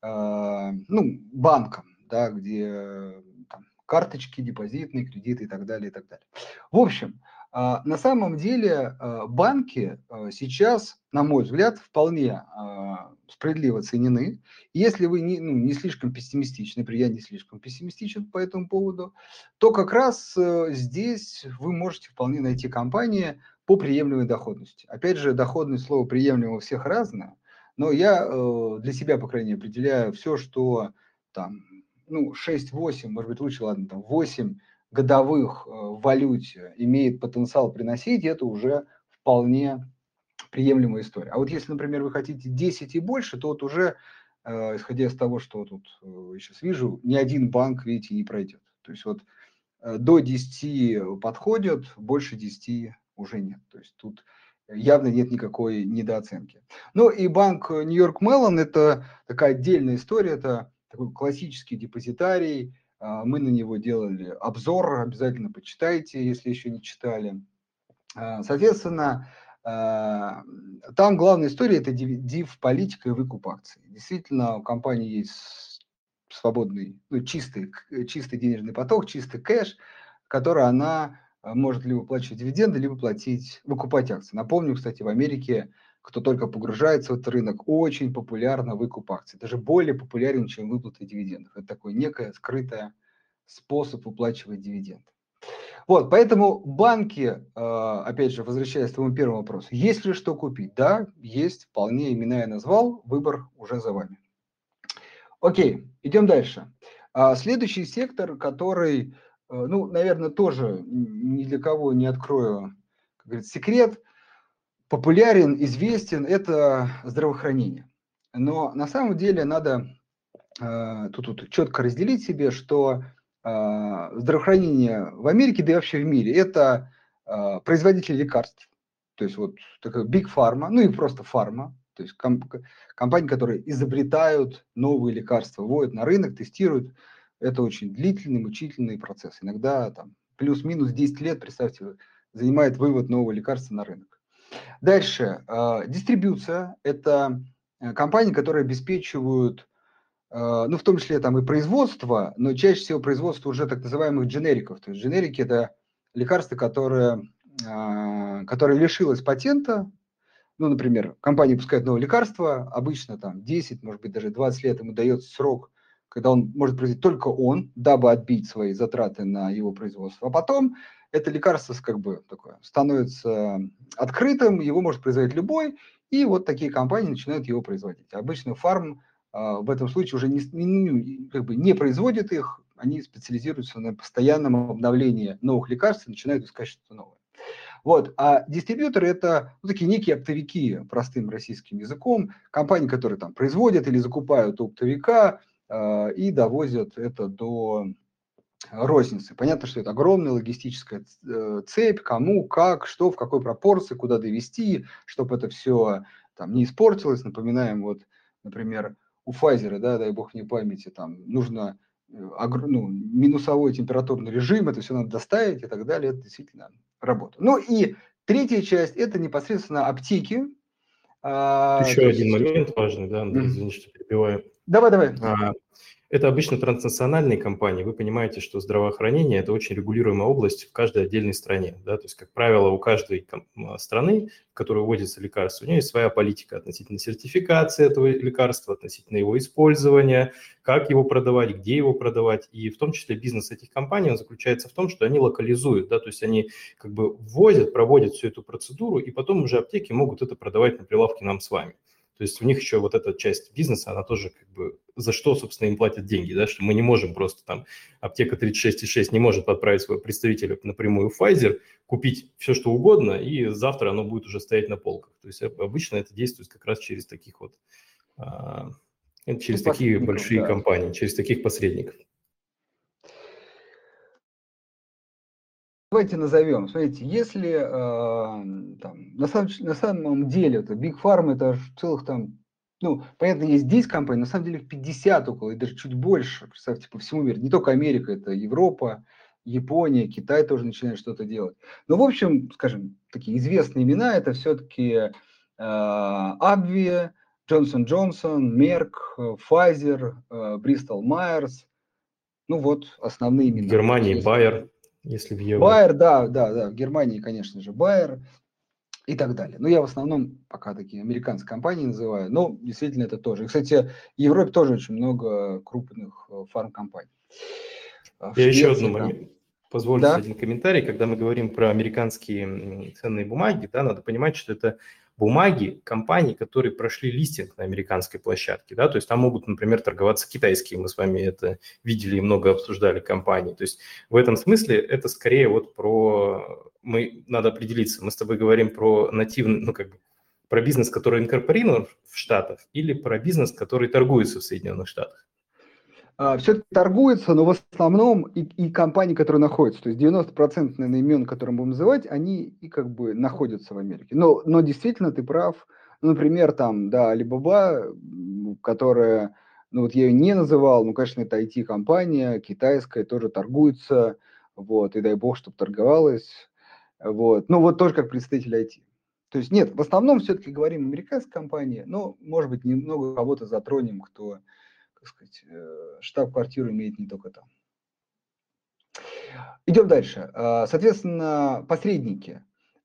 ну, банком, да, где там карточки, депозитные, кредиты и так далее, и так далее. В общем, на самом деле банки сейчас, на мой взгляд, вполне справедливо оценены. Если вы не слишком пессимистичны, например, я не слишком пессимистичен по этому поводу, то как раз здесь вы можете вполне найти компании по приемлемой доходности. Опять же, доходность слова приемлемо у всех разная, но я для себя, по крайней мере, определяю все, что там, 6-8, может быть, лучше, ладно, там 8 годовых в валюте имеет потенциал приносить, это уже вполне приемлемая история. А вот если, например, вы хотите 10 и больше, то вот уже, исходя из того, что тут я сейчас вижу, ни один банк, видите, не пройдет. То есть вот до 10 подходят, больше 10 уже нет. То есть тут явно нет никакой недооценки. Ну и банк Нью-Йорк Меллон – это такая отдельная история, это такой классический депозитарий. Мы на него делали обзор, обязательно почитайте, если еще не читали. Соответственно, там главная история – это див-политика и выкуп акций. Действительно, у компании есть свободный, чистый денежный поток, чистый кэш, который она может либо выплачивать дивиденды, либо выкупать акции. Напомню, кстати, в Америке, кто только погружается в этот рынок, очень популярно выкуп акций. Даже более популярен, чем выплата дивидендов. Это такой некий скрытый способ выплачивать дивиденды. Вот, поэтому банки, опять же, возвращаясь к твоему первому вопросу, есть ли что купить? Да, есть, вполне, имена я назвал, выбор уже за вами. Окей, идем дальше. Следующий сектор, который, наверное, тоже ни для кого не открою, как говорится, секрет, популярен, известен, это здравоохранение. Но на самом деле надо тут четко разделить себе, что здравоохранение в Америке, да и вообще в мире, это производители лекарств. То есть вот такая Big Pharma, ну и просто фарма, то есть компании, которые изобретают новые лекарства, вводят на рынок, тестируют. Это очень длительный, мучительный процесс. Иногда там плюс-минус 10 лет, представьте, занимает вывод нового лекарства на рынок. Дальше. Дистрибьюция – это компании, которые обеспечивают, в том числе там и производство, но чаще всего производство уже так называемых дженериков. То есть дженерики – это лекарства, которые лишилось патента. Ну, например, компания пускает новое лекарство, обычно там 10, может быть, даже 20 лет ему дается срок, когда он может производить только он, дабы отбить свои затраты на его производство. А потом это лекарство становится открытым, его может производить любой, и вот такие компании начинают его производить. Обычно фарм в этом случае уже не производит их, они специализируются на постоянном обновлении новых лекарств и начинают искать что-то новое. Вот. А дистрибьюторы – это такие некие оптовики, простым российским языком, компании, которые там производят или закупают у оптовика и довозят это до розницы. Понятно, что это огромная логистическая цепь, кому, как, что, в какой пропорции, куда довести, чтобы это все там не испортилось. Напоминаем, вот, например, у Pfizer, да, дай бог мне памяти, там нужно минусовой температурный режим, это все надо доставить и так далее. Это действительно работа. Ну и третья часть – это непосредственно аптеки. Еще один момент важный, да, Андрей, извини, что перебиваю. Давай. А, Это обычно транснациональные компании. Вы понимаете, что здравоохранение – это очень регулируемая область в каждой отдельной стране. Да? То есть, как правило, у каждой страны, в которой вводится лекарство, у нее есть своя политика относительно сертификации этого лекарства, относительно его использования, как его продавать, где его продавать. И в том числе бизнес этих компаний он заключается в том, что они локализуют, да? То есть они как бы ввозят, проводят всю эту процедуру, и потом уже аптеки могут это продавать на прилавке нам с вами. То есть у них еще вот эта часть бизнеса, она тоже как бы за что, собственно, им платят деньги, да, что мы не можем просто там, аптека 36,6 не может отправить своего представителя напрямую в Pfizer, купить все, что угодно, и завтра оно будет уже стоять на полках. То есть обычно это действует как раз через таких вот, через такие Посредников, большие да. компании, через таких посредников. Давайте назовем. Смотрите, если там, на самом деле это Big Pharma, это целых там, ну, понятно, есть 10 компаний, на самом деле их 50 около, и даже чуть больше. Представьте, по всему миру. Не только Америка, это Европа, Япония, Китай тоже начинает что-то делать. Но, в общем, скажем, такие известные имена, это все-таки Abvi, Johnson Johnson, Merck, Pfizer, Bristol Myers. Ну вот, основные В имена. То есть, Германии если Bayer, если в евро. Байер, да, в Германии, конечно же, Байер и так далее. Но я в основном пока такие американские компании называю, но действительно это тоже. И, кстати, в Европе тоже очень много крупных фармкомпаний. В Я еще Швеции одну там. момент. Позвольте Да, один комментарий. Когда мы говорим про американские ценные бумаги, да, надо понимать, что это бумаги компаний, которые прошли листинг на американской площадке. Да, то есть там могут, например, торговаться китайские. Мы с вами это видели и много обсуждали компании. То есть в этом смысле это скорее вот про... Надо определиться. Мы с тобой говорим про нативный, ну как бы, про бизнес, который инкорпорирован в Штатах, или про бизнес, который торгуется в Соединенных Штатах. все торгуется, но в основном и компании, которые находятся, то есть 90% наверное, имен, которые мы будем называть, они и как бы находятся в Америке. Но действительно ты прав. Ну, например, там, да, Alibaba, которая, ну вот я ее не называл, ну, конечно, это IT-компания китайская, тоже торгуется, вот, и дай бог, чтобы торговалась, вот. Ну, вот тоже как представитель IT. То есть нет, в основном все-таки говорим американская компания, но, может быть, немного кого-то затронем, кто, так сказать, штаб-квартиру имеет не только там. Идем дальше. Соответственно, посредники.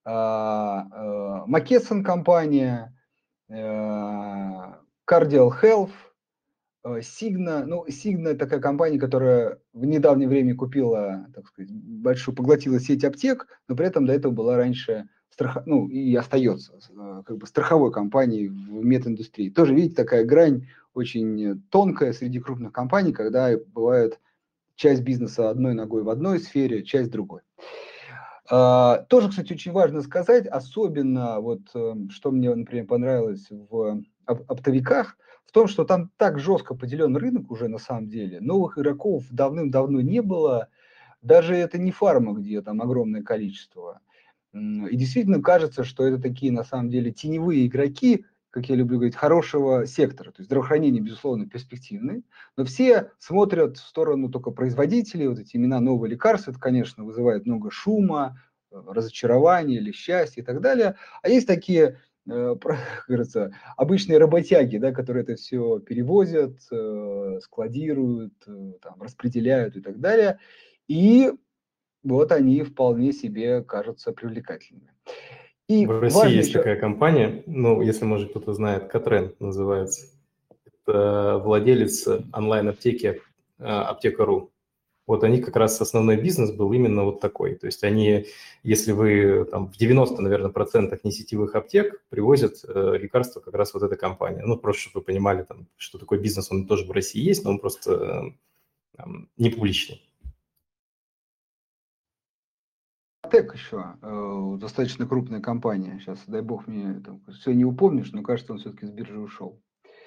McKesson компания, Cardial Health, Cigna. Ну, Cigna – такая компания, которая в недавнее время купила, так сказать, поглотила сеть аптек, но при этом до этого была раньше ну, и остается как бы страховой компанией в мединдустрии. Тоже, видите, такая грань очень тонкая среди крупных компаний, когда бывает часть бизнеса одной ногой в одной сфере, часть в другой. Тоже, кстати, очень важно сказать, особенно вот, что мне, например, понравилось в оптовиках, в том, что там так жестко поделен рынок уже на самом деле. Новых игроков давным-давно не было. Даже это не фарма, где там огромное количество. И действительно кажется, что это такие, на самом деле, теневые игроки, как я люблю говорить, хорошего сектора. То есть здравоохранение, безусловно, перспективное, но все смотрят в сторону только производителей. Вот эти имена нового лекарства, это, конечно, вызывает много шума, разочарования или счастья и так далее. А есть такие, как говорится, обычные работяги, да, которые это все перевозят, складируют, там, распределяют и так далее. И вот они вполне себе кажутся привлекательными. И В России важно есть еще... такая компания, ну, если, может, кто-то знает, Катрен называется. Это владелец онлайн-аптеки Аптека.ру. Вот они как раз основной бизнес был именно вот такой. То есть они, если вы там в 90, наверное, процентах несетевых аптек привозят лекарства как раз вот эта компания. Ну, просто чтобы вы понимали, там, что такой бизнес, он тоже в России есть, но он просто не публичный. Тек еще достаточно крупная компания. Сейчас, дай бог мне там, все не упомнишь, но кажется, он все-таки с биржи ушел.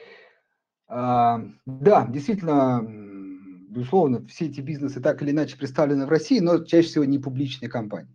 Да, действительно, безусловно, все эти бизнесы так или иначе представлены в России, но чаще всего не публичные компании.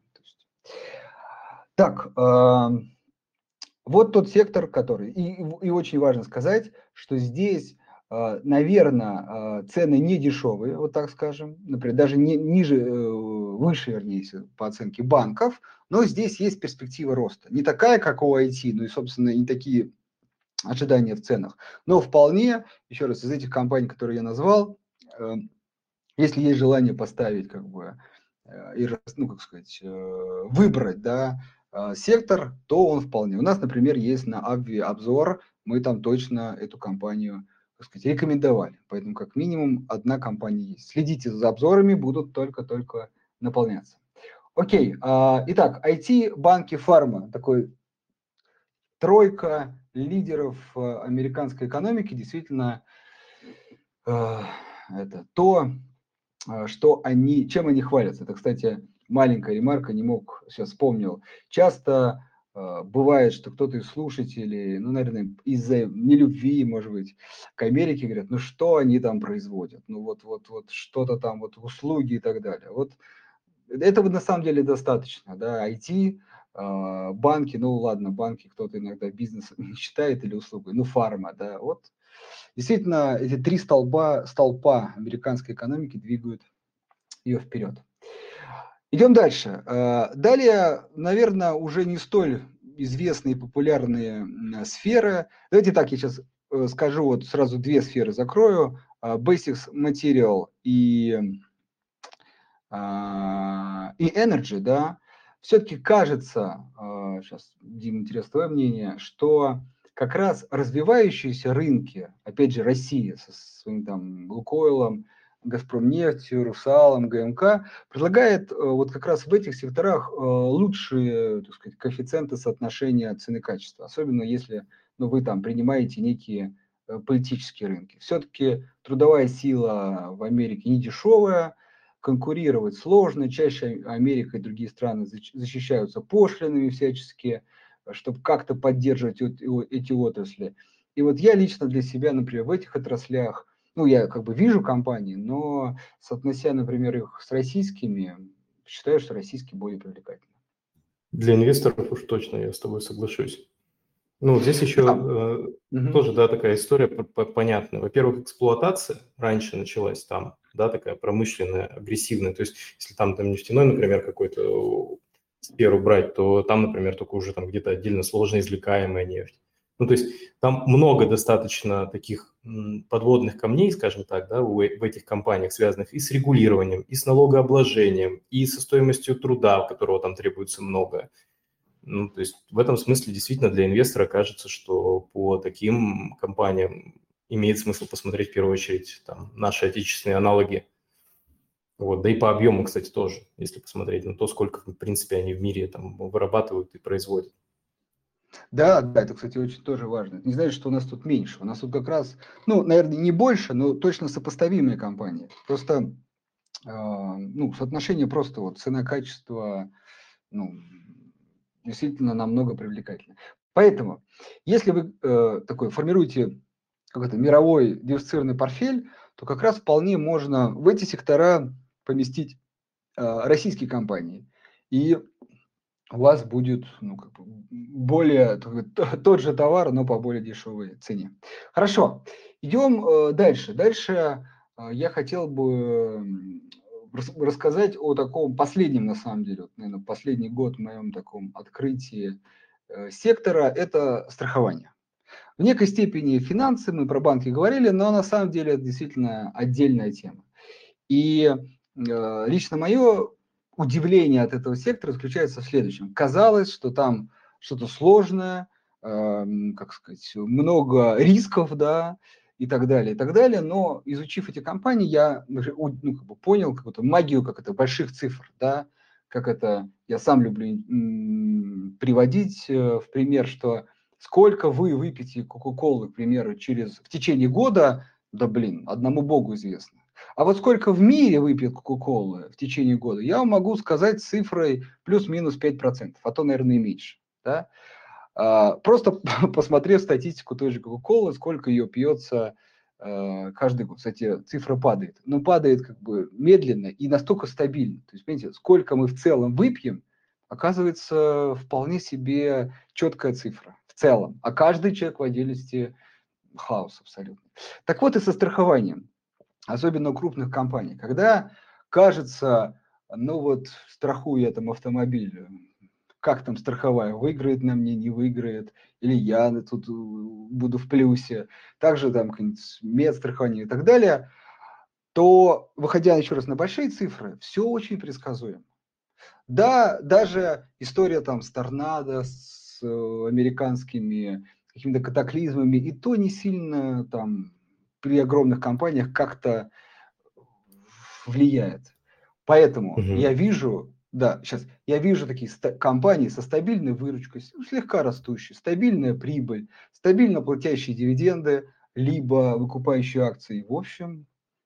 Так, вот тот сектор, который... И очень важно сказать, что здесь, наверное, цены не дешевые, вот так скажем, например, даже не, ниже, выше, вернее, по оценке банков, но здесь есть перспектива роста. Не такая, как у IT, ну и, собственно, не такие ожидания в ценах. Но вполне, еще раз, из этих компаний, которые я назвал, если есть желание поставить, как бы, ну, как сказать, выбрать, да, сектор, то он вполне. У нас, например, есть на Абви обзор, мы там точно эту компанию, так сказать, рекомендовали. Поэтому как минимум одна компания есть. Следите за обзорами, будут только-только наполняться. Окей, итак, IT, банки, фарма. Такой тройка лидеров американской экономики. Действительно, это то, чем они хвалятся. Это, кстати, маленькая ремарка, не мог, сейчас вспомнил. Часто бывает, что кто-то из слушателей, ну, наверное, из-за нелюбви, может быть, к Америке говорят, ну, что они там производят? Ну, вот что-то там, вот услуги и так далее. Вот этого на самом деле достаточно, да, IT, банки, ну, ладно, банки кто-то иногда бизнес не считает или услугой, ну, фарма, да, вот. Действительно, эти три столпа американской экономики двигают ее вперед. Идем дальше. Далее, наверное, уже не столь известные и популярные сферы. Давайте так, я сейчас скажу, вот сразу две сферы закрою. Basics Material и Energy, да. Все-таки кажется, сейчас, Дим, интересно твое мнение, что как раз развивающиеся рынки, опять же, Россия со своим там Лукойлом, Газпромнефтью, Русалом, ГМК, предлагает вот как раз в этих секторах лучшие, так сказать, коэффициенты соотношения цены-качества, особенно если вы там принимаете некие политические рынки. Все-таки трудовая сила в Америке не дешевая, конкурировать сложно, чаще Америка и другие страны защищаются пошлинами всячески, чтобы как-то поддерживать эти отрасли. И вот я лично для себя, например, в этих отраслях, ну, я как бы вижу компании, но соотнося, например, их с российскими, считаю, что российские более привлекательны. Для инвесторов уж точно я с тобой соглашусь. Ну, вот здесь еще тоже, да, такая история понятная. Во-первых, эксплуатация раньше началась там, да, такая промышленная, агрессивная. То есть, если там нефтяной, например, какой-то сферу брать, то там, например, только уже там где-то отдельно сложно извлекаемая нефть. Ну, то есть там много достаточно таких подводных камней, скажем так, да, в этих компаниях, связанных и с регулированием, и с налогообложением, и со стоимостью труда, которого там требуется много. Ну, то есть в этом смысле действительно для инвестора кажется, что по таким компаниям имеет смысл посмотреть в первую очередь там, наши отечественные аналоги. Вот, да и по объему, кстати, тоже, если посмотреть на то, сколько, в принципе, они в мире там вырабатывают и производят. Да, это, кстати, очень тоже важно. Не значит, что у нас тут меньше. У нас тут как раз, ну, наверное, не больше, но точно сопоставимые компании. Просто, соотношение просто вот цена-качество, действительно намного привлекательнее. Поэтому, если вы такой формируете какой-то мировой диверсифицированный портфель, то как раз вполне можно в эти сектора поместить российские компании. И у вас будет более тот же товар, но по более дешевой цене. Хорошо, идем дальше. Дальше я хотел бы рассказать о таком последнем, на самом деле, наверное, последний год в моем таком открытии сектора – это страхование. В некой степени финансы, мы про банки говорили, но на самом деле это действительно отдельная тема. И лично мое удивление от этого сектора заключается в следующем. Казалось, что там что-то сложное, как сказать, много рисков, да, и так далее, но изучив эти компании, я понял какую-то магию, как это, больших цифр, да, как это, я сам люблю приводить в пример, что сколько вы выпьете Кока-Колы, к примеру, в течение года, да блин, одному Богу известно. А вот сколько в мире выпьет Кока-Колы в течение года, я вам могу сказать цифрой плюс-минус 5%, а то, наверное, и меньше. Да? Просто посмотрев статистику той же Кока-Колы, сколько ее пьется каждый год. Кстати, цифра падает. Но падает как бы медленно и настолько стабильно. То есть, понимаете, сколько мы в целом выпьем, оказывается вполне себе четкая цифра в целом. А каждый человек в отдельности хаос абсолютно. Так вот и со страхованием, особенно у крупных компаний. Когда кажется, страхую я там автомобиль, как там страховая, выиграет на мне, не выиграет, или я тут буду в плюсе, также там какое-нибудь медстрахование и так далее, то, выходя еще раз на большие цифры, все очень предсказуемо. Да, даже история там с торнадо, с американскими какими-то катаклизмами, и то не сильно там при огромных компаниях как-то влияет. Поэтому я вижу, да, сейчас, я вижу такие компании со стабильной выручкой, слегка растущей, стабильная прибыль, стабильно платящие дивиденды, либо выкупающие акции. В общем,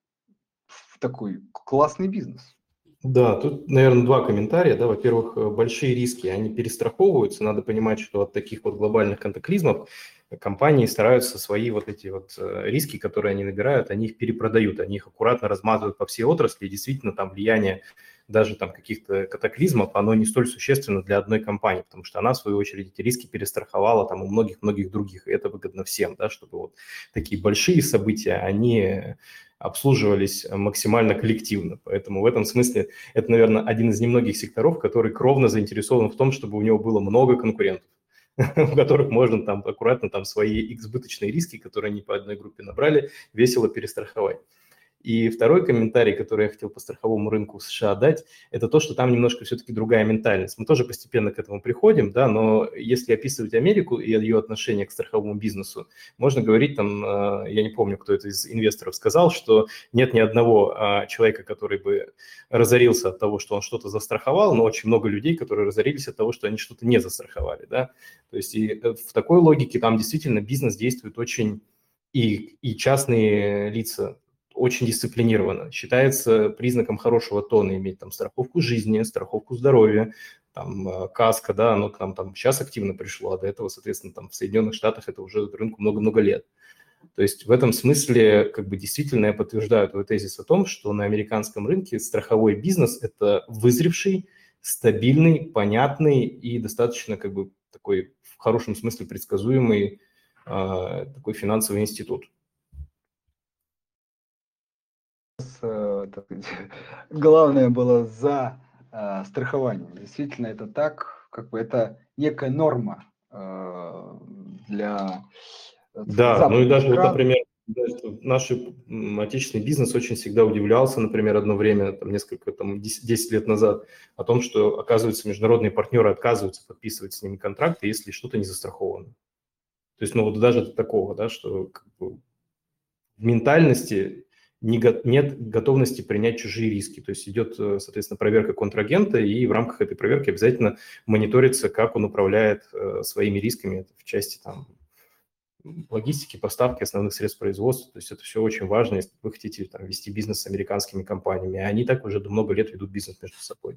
такой классный бизнес. Да, тут, наверное, два комментария. Да. Во-первых, большие риски, они перестраховываются. Надо понимать, что от таких вот глобальных катаклизмов компании стараются свои вот эти вот риски, которые они набирают, они их перепродают, они их аккуратно размазывают по всей отрасли. И действительно, там влияние даже там каких-то катаклизмов, оно не столь существенно для одной компании, потому что она, в свою очередь, эти риски перестраховала там у многих-многих других. И это выгодно всем, да, чтобы вот такие большие события, они обслуживались максимально коллективно. Поэтому в этом смысле это, наверное, один из немногих секторов, который кровно заинтересован в том, чтобы у него было много конкурентов, у которых можно там аккуратно там свои избыточные риски, которые они по одной группе набрали, весело перестраховать. И второй комментарий, который я хотел по страховому рынку в США дать, это то, что там немножко все-таки другая ментальность. Мы тоже постепенно к этому приходим, да, но если описывать Америку и ее отношение к страховому бизнесу, можно говорить там, я не помню, кто это из инвесторов сказал, что нет ни одного человека, который бы разорился от того, что он что-то застраховал, но очень много людей, которые разорились от того, что они что-то не застраховали, да. То есть и в такой логике там действительно бизнес действует очень, и частные лица очень дисциплинированно. Считается признаком хорошего тона иметь там страховку жизни, страховку здоровья, там каска, да, оно к нам там сейчас активно пришло, а до этого, соответственно, там в Соединенных Штатах это уже рынку много-много лет. То есть в этом смысле как бы действительно я подтверждаю твой тезис о том, что на американском рынке страховой бизнес – это вызревший, стабильный, понятный и достаточно как бы такой в хорошем смысле предсказуемый такой финансовый институт. Главное было за страхование. Действительно, это так, как бы это некая норма для Да, ну и западных даже вот, стран. например, наш отечественный бизнес очень всегда удивлялся, например, одно время, там, несколько, там, 10 лет назад, о том, что, оказывается, международные партнеры отказываются подписывать с ними контракты, если что-то не застраховано. То есть, ну вот даже до такого, да, что как бы в ментальности нет готовности принять чужие риски. То есть идет, соответственно, проверка контрагента, и в рамках этой проверки обязательно мониторится, как он управляет своими рисками в части там, логистики, поставки основных средств производства. То есть это все очень важно, если вы хотите там, вести бизнес с американскими компаниями. А они так уже много лет ведут бизнес между собой.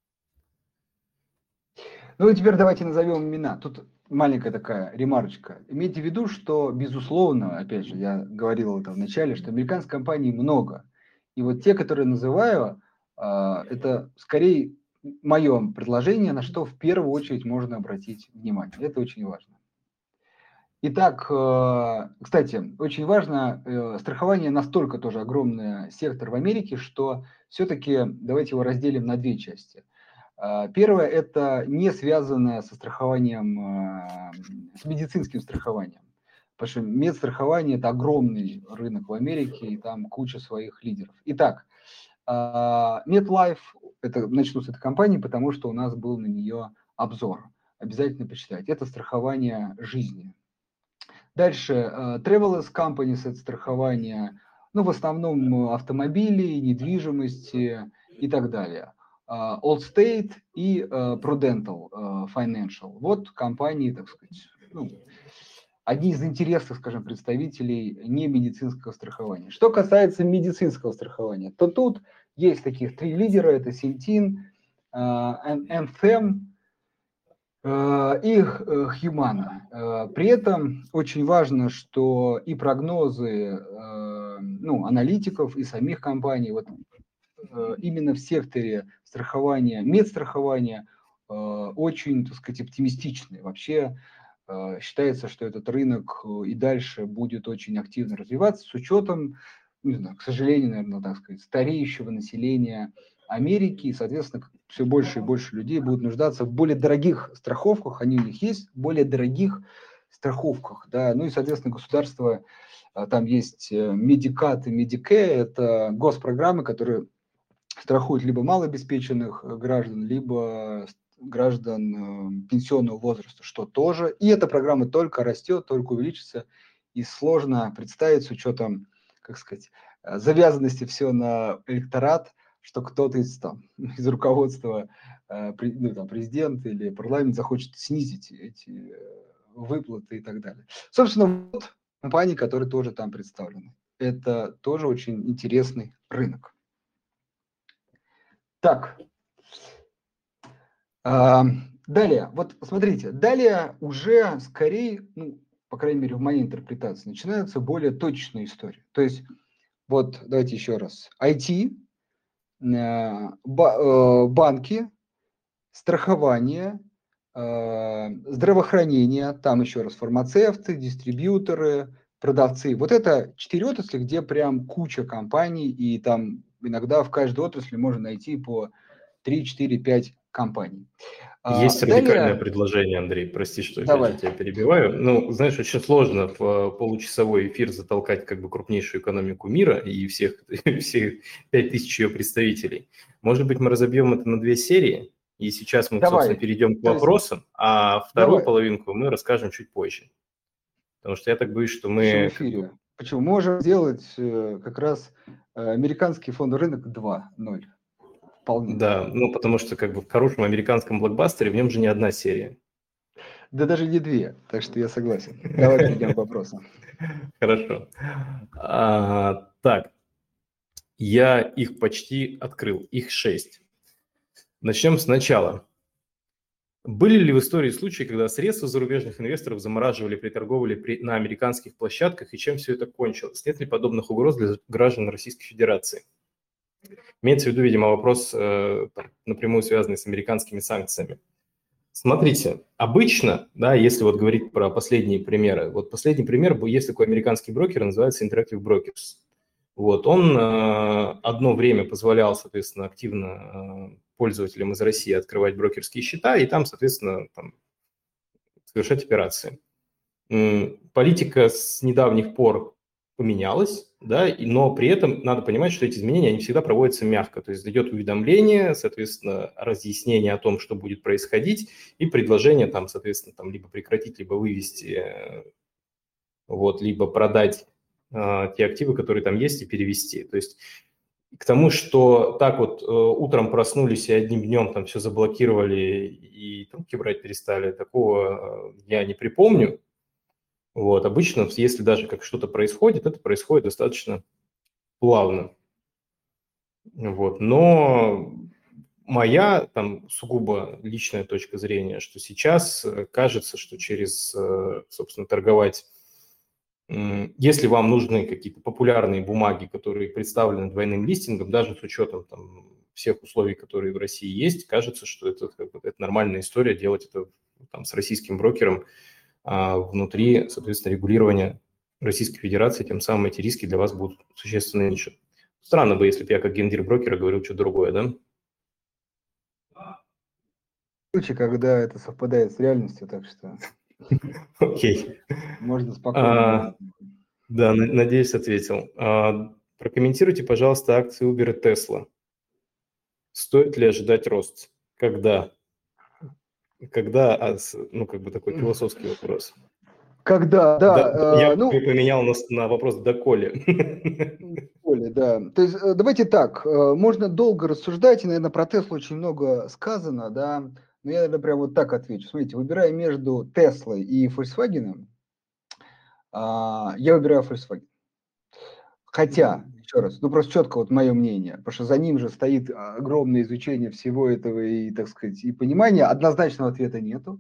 Ну и теперь давайте назовем имена. Тут маленькая такая ремарочка. Имейте в виду, что, безусловно, опять же, я говорил это в начале, что американских компаний много. И вот те, которые называю, это скорее мое предложение, на что в первую очередь можно обратить внимание. Это очень важно. Итак, кстати, очень важно, страхование настолько тоже огромный сектор в Америке, что все-таки давайте его разделим на две части. Первое – это не связанное со страхованием, с медицинским страхованием. Потому что медстрахование – это огромный рынок в Америке, и там куча своих лидеров. Итак, MetLife, начну с этой компании, потому что у нас был на нее обзор. Обязательно почитайте. Это страхование жизни. Дальше, Travelers Companies – это страхование, ну, в основном автомобилей, недвижимости и так далее. Allstate и Prudential Financial. Вот компании, так сказать, ну, одни из интересных, скажем, представителей немедицинского страхования. Что касается медицинского страхования, то тут есть таких три лидера, это Centene, Anthem и Humana. При этом очень важно, что и прогнозы аналитиков, и самих компаний, вот именно в секторе страхования, медстрахования, очень, так сказать, оптимистичны. Вообще считается, что этот рынок и дальше будет очень активно развиваться с учетом, не знаю, к сожалению, наверное, так сказать, стареющего населения Америки, и, соответственно, все больше и больше людей будут нуждаться в более дорогих страховках, они у них есть, более дорогих страховках, да, ну и, соответственно, государство, там есть Медикат и Медике, это госпрограммы, которые страхуют либо малообеспеченных граждан, либо граждан пенсионного возраста, что тоже. И эта программа только растет, только увеличится, и сложно представить с учетом, как сказать, завязанности все на электорат, что кто-то из руководства, президент или парламент захочет снизить эти выплаты и так далее. Собственно, вот компании, которые тоже там представлены. Это тоже очень интересный рынок. Так, далее, вот смотрите, далее уже скорее, ну, по крайней мере, в моей интерпретации, начинаются более точные истории. То есть, вот давайте еще раз. IT, банки, страхование, здравоохранение, там еще раз фармацевты, дистрибьюторы, продавцы. Вот это 4 отрасли, где прям куча компаний, и там иногда в каждой отрасли можно найти по 3, 4, 5 компаний. Есть радикальное Далее, предложение, Андрей, прости, что опять же давай. тебя перебиваю. Ну, знаешь, очень сложно в получасовой эфир затолкать как бы крупнейшую экономику мира и всех 5000 ее представителей. Может быть, мы разобьем это на 2 серии, и сейчас мы, собственно, Давай. перейдем к То есть, вопросам, а вторую давай. половинку мы расскажем чуть позже. Потому что я так боюсь, что Еще в мы как бы... эфире. Почему? Можем сделать как раз американский фондовый рынок 2.0. Вполне. Да, ну, потому что как бы в хорошем американском блокбастере в нем же не одна серия. Да даже не 2, так что я согласен. Давай перейдем к вопросам. Хорошо. Так, я их почти открыл, их 6. Начнем сначала. Были ли в истории случаи, когда средства зарубежных инвесторов замораживали при торговле на американских площадках, и чем все это кончилось? Нет ли подобных угроз для граждан Российской Федерации? Имеется в виду, видимо, вопрос напрямую связанный с американскими санкциями. Смотрите, обычно, да, если вот говорить про последние примеры, вот последний пример, есть такой американский брокер, называется Interactive Brokers. Вот, он одно время позволял, соответственно, активно пользователям из России открывать брокерские счета и там, соответственно, там, совершать операции. Политика с недавних пор поменялась, да, но при этом надо понимать, что эти изменения, они всегда проводятся мягко, то есть идет уведомление, соответственно, разъяснение о том, что будет происходить, и предложение там, соответственно, там либо прекратить, либо вывести, вот, либо продать те активы, которые там есть, и перевести. То есть к тому, что так вот утром проснулись и одним днем там все заблокировали и трубки брать перестали, такого я не припомню. Вот, обычно, если даже как что-то происходит, это происходит достаточно плавно. Вот, но моя там сугубо личная точка зрения, что сейчас кажется, что через, собственно, торговать, если вам нужны какие-то популярные бумаги, которые представлены двойным листингом, даже с учетом там всех условий, которые в России есть, кажется, что это, это нормальная история делать это там с российским брокером, внутри, соответственно, регулирования Российской Федерации, тем самым эти риски для вас будут существенно меньше. Странно бы, если бы я как гендир брокера говорил что-то другое, да? Случай, когда это совпадает с реальностью, так что Окей. можно спокойно говорить. Да, надеюсь, ответил. Прокомментируйте, пожалуйста, акции Uber и Tesla. Стоит ли ожидать рост? Когда? Когда, ну, как бы такой философский вопрос. Когда, да, Я поменял на вопрос «доколе». Оля, да. То есть давайте так, можно долго рассуждать, и, наверное, про Теслу очень много сказано, да, но я, наверное, прям вот так отвечу. Смотрите, выбирая между Теслой и Volkswagen, я выбираю Volkswagen. Хотя, еще раз, ну просто четко вот мое мнение, потому что за ним же стоит огромное изучение всего этого и, так сказать, и понимание, однозначного ответа нету.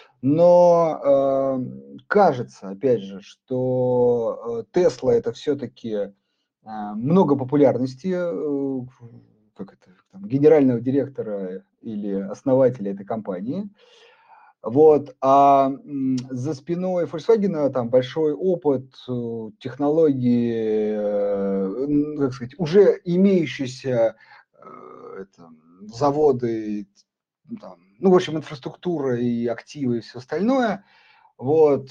Но кажется, опять же, что Тесла это все-таки много популярности, как это, там, генерального директора или основателя этой компании. Вот, за спиной Volkswagen там большой опыт, технологии, как сказать, уже имеющийся заводы, там, ну, в общем, инфраструктура и активы и все остальное. Вот.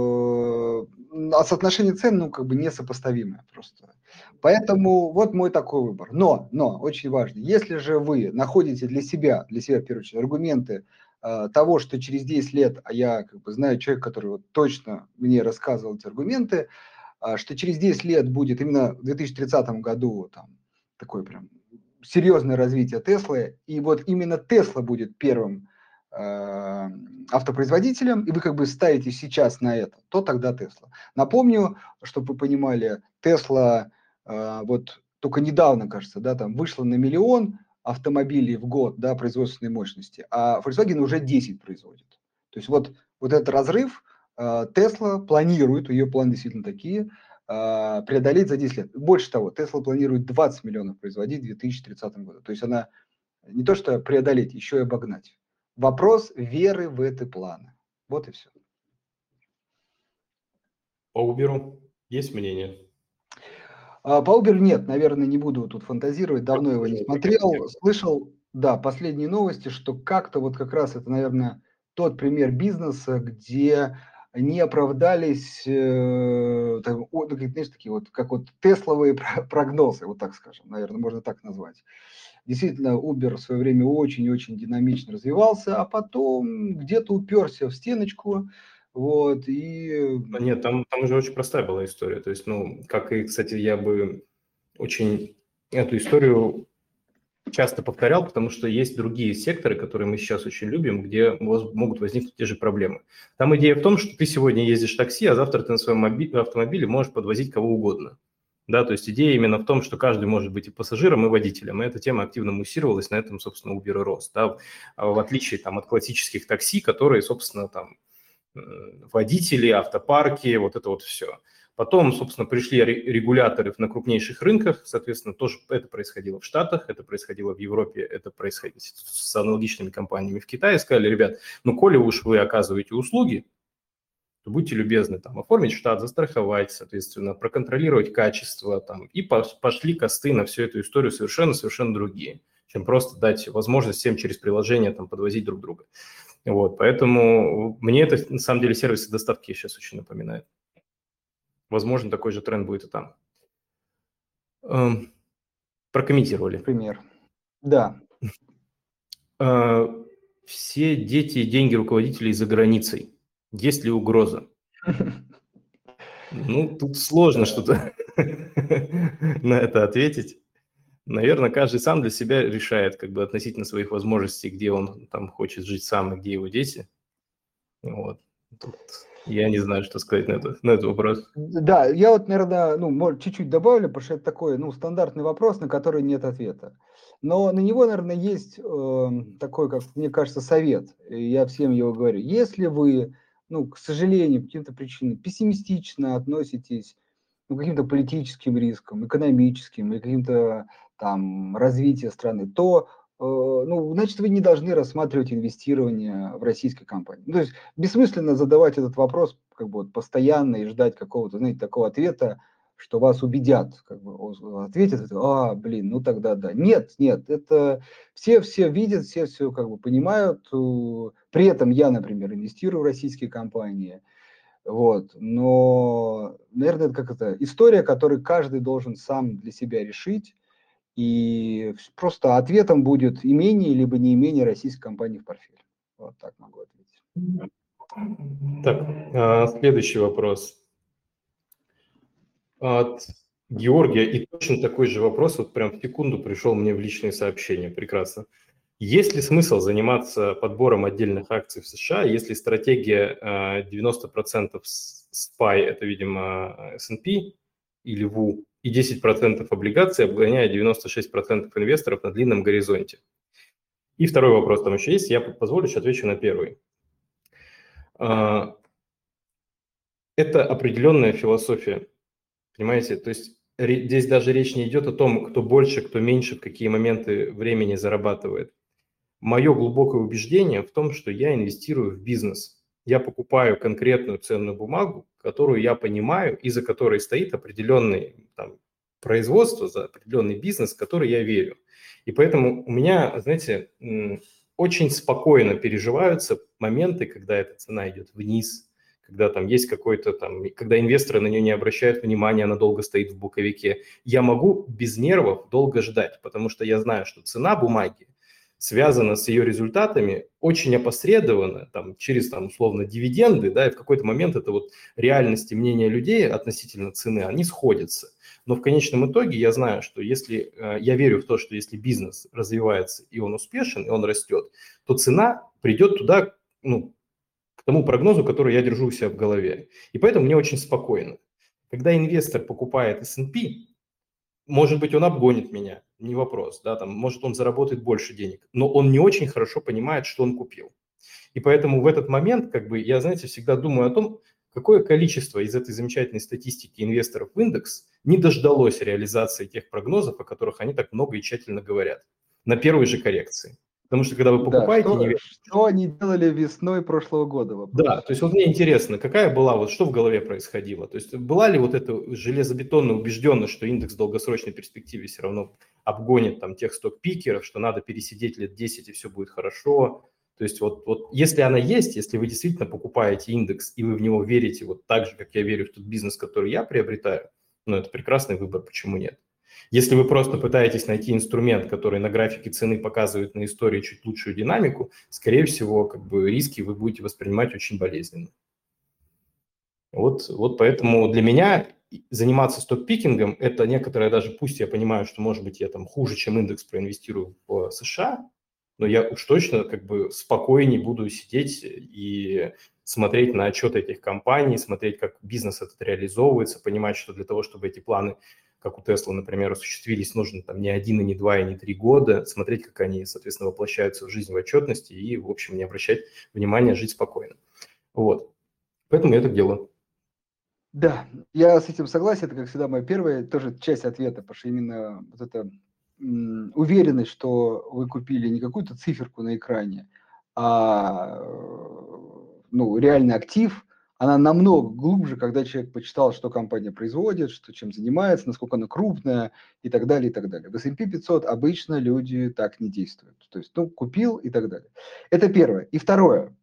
А соотношение цен, ну, как бы несопоставимое просто. Поэтому вот мой такой выбор. Но, очень важно, если же вы находите для себя, в первую очередь, аргументы того, что через 10 лет, а я как бы знаю человека, который вот точно мне рассказывал эти аргументы, что через 10 лет будет именно в 2030 году там такое прям серьезное развитие Теслы, и вот именно Тесла будет первым автопроизводителем, и вы как бы ставите сейчас на это, то тогда Тесла. Напомню, чтобы вы понимали, Тесла вот только недавно, кажется, да, там вышла на 1 миллион автомобилей в год, да, производственной мощности, а Volkswagen уже 10 производит. То есть вот этот разрыв Тесла планирует, ее планы действительно такие, преодолеть за 10 лет. Больше того, Тесла планирует 20 миллионов производить в 2030 году. То есть она не то что преодолеть, еще и обогнать. Вопрос веры в эти планы. Вот и все. По Uber есть мнение? По Uber нет, наверное, не буду тут фантазировать, давно его не смотрел. Слышал, да, последние новости, что как-то вот как раз это, наверное, тот пример бизнеса, где не оправдались, знаешь, такие вот, как вот тесловые прогнозы, вот так скажем, наверное, можно так назвать. Действительно, Uber в свое время очень-очень динамично развивался, а потом где-то уперся в стеночку, вот, и... Нет, там уже очень простая была история. То есть, ну, как и, кстати, я бы очень эту историю часто повторял, потому что есть другие секторы, которые мы сейчас очень любим, где могут возникнуть те же проблемы. Там идея в том, что ты сегодня ездишь в такси, а завтра ты на своем автомобиле можешь подвозить кого угодно. Да, то есть идея именно в том, что каждый может быть и пассажиром, и водителем. И эта тема активно муссировалась, на этом, собственно, Uber и рос. Да, в отличие там, от классических такси, которые, собственно, там водители, автопарки, вот это вот все. Потом, собственно, пришли регуляторы на крупнейших рынках, соответственно, тоже это происходило в Штатах, это происходило в Европе, это происходило с аналогичными компаниями в Китае. Сказали, ребят, ну, коли уж вы оказываете услуги, то будьте любезны, там, оформить штат, застраховать, соответственно, проконтролировать качество, там, и пошли косты на всю эту историю совершенно другие, чем просто дать возможность всем через приложение там подвозить друг друга. Вот, поэтому мне это, на самом деле, сервисы доставки сейчас очень напоминает. Возможно, такой же тренд будет и там. Прокомментировали. Пример. Да. Все дети и деньги руководителей за границей. Есть ли угроза? Ну, тут сложно что-то на это ответить. Наверное, каждый сам для себя решает, как бы относительно своих возможностей, где он там хочет жить сам и где его дети. Вот. Тут я не знаю, что сказать на этот вопрос. Да, я вот, наверное, чуть-чуть добавлю, потому что это такой, стандартный вопрос, на который нет ответа. Но на него, наверное, есть такой, как мне кажется, совет. И я всем его говорю. Если вы, к сожалению, по каким-то причинам пессимистично относитесь к каким-то политическим рискам, экономическим или каким-то там развитию страны, то, значит, вы не должны рассматривать инвестирование в российские компании. То есть бессмысленно задавать этот вопрос как бы вот постоянно и ждать какого-то, знаете, такого ответа, что вас убедят, как бы ответят, тогда да. Нет, это все видят, все как бы понимают. При этом я, например, инвестирую в российские компании. Вот. Но, наверное, это история, которую каждый должен сам для себя решить. И просто ответом будет имение либо не имение российской компании в портфеле. Вот так могу ответить. Так, следующий вопрос. От Георгия, и точно такой же вопрос, вот прям в секунду пришел мне в личные сообщения. Прекрасно. Есть ли смысл заниматься подбором отдельных акций в США, если стратегия 90% SPY, это, видимо, S&P или WU, и 10% облигаций обгоняет 96% инвесторов на длинном горизонте? И второй вопрос там еще есть, я позволю, еще отвечу на первый. Это определенная философия, понимаете? То есть здесь даже речь не идет о том, кто больше, кто меньше, в какие моменты времени зарабатывает. Мое глубокое убеждение в том, что я инвестирую в бизнес. Я покупаю конкретную ценную бумагу, которую я понимаю и за которой стоит определенный там, производство, за определенный бизнес, в который я верю. И поэтому у меня, знаете, очень спокойно переживаются моменты, когда эта цена идет вниз, когда там есть какой-то там, когда инвесторы на нее не обращают внимания, она долго стоит в боковике. Я могу без нервов долго ждать, потому что я знаю, что цена бумаги связана с ее результатами очень опосредованно, там, через, там, условно, дивиденды, да, и в какой-то момент это вот реальности мнения людей относительно цены, они сходятся. Но в конечном итоге я знаю, что если, я верю в то, что если бизнес развивается и он успешен, и он растет, то цена придет туда, ну, к тому прогнозу, который я держу у себя в голове. И поэтому мне очень спокойно. Когда инвестор покупает S&P, может быть, он обгонит меня, не вопрос, да, там, может, он заработает больше денег, но он не очень хорошо понимает, что он купил. И поэтому в этот момент, как бы, я, знаете, всегда думаю о том, какое количество из этой замечательной статистики инвесторов в индекс не дождалось реализации тех прогнозов, о которых они так много и тщательно говорят, на первой же коррекции. Потому что когда вы Да, покупаете, не что они делали весной прошлого года, да, вопрос. то есть вот мне интересно, какая была, вот что в голове происходило? То есть была ли вот эта железобетонная убежденность, что индекс в долгосрочной перспективе все равно обгонит там тех сток-пикеров, что надо пересидеть лет 10 и все будет хорошо? То есть вот если она есть, если вы действительно покупаете индекс и вы в него верите вот так же, как я верю в тот бизнес, который я приобретаю, ну это прекрасный выбор, почему нет? Если вы просто пытаетесь найти инструмент, который на графике цены показывает на истории чуть лучшую динамику, скорее всего, как бы риски вы будете воспринимать очень болезненно. Вот поэтому для меня заниматься стокпикингом – это некоторое даже, пусть я понимаю, что, может быть, я там хуже, чем индекс проинвестирую в США, но я уж точно как бы спокойнее буду сидеть и смотреть на отчеты этих компаний, смотреть, как бизнес этот реализовывается, понимать, что для того, чтобы эти планы, как у Tesla, например, осуществились, нужно там не 1, и не 2, и не 3 года, смотреть, как они, соответственно, воплощаются в жизнь в отчетности и, в общем, не обращать внимания, жить спокойно. Вот. Поэтому я так делаю. Да, я с этим согласен. Это, как всегда, моя первая тоже часть ответа, потому что именно вот эта уверенность, что вы купили не какую-то циферку на экране, а ну, реальный актив, она намного глубже, когда человек почитал, что компания производит, что, чем занимается, насколько она крупная и так далее, и так далее. В S&P 500 обычно люди так не действуют. То есть, ну, купил и так далее. Это первое. И второе.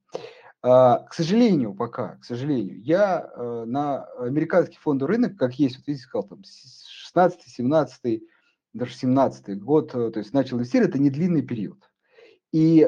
К сожалению, пока, к сожалению, я на американский фондовый рынок, как есть, вот видите, сказал, там, 16 17 даже 17 год, то есть начал инвестировать, это не длинный период. И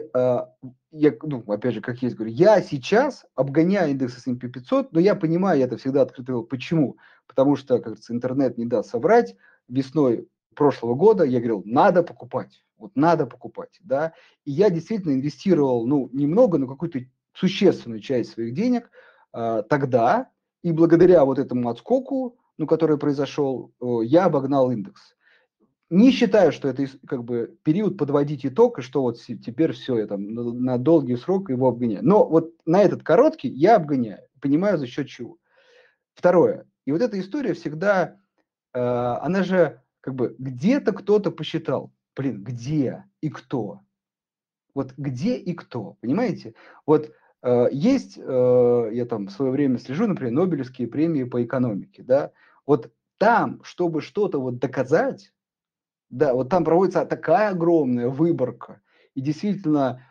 я, ну, опять же, как есть, говорю, я сейчас обгоняю индекс S&P 500, но я понимаю, я это всегда открыто говорил, почему? Потому что, как говорится, интернет не даст соврать, весной прошлого года я говорил, надо покупать, вот надо покупать, да, и я действительно инвестировал, ну, немного, но какую-то существенную часть своих денег тогда, и благодаря вот этому отскоку, ну, который произошел, я обогнал индекс. Не считаю, что это как бы период подводить итог, и что вот теперь все, я там на долгий срок его обгоняю. Но вот на этот короткий я обгоняю, понимаю за счет чего. Второе. И вот эта история всегда, она же как бы где-то кто-то посчитал. Блин, где и кто? Вот где и кто, понимаете? Вот есть, я там в свое время слежу, например, Нобелевские премии по экономике, да, вот там, чтобы что-то вот доказать, да, вот там проводится такая огромная выборка, и действительно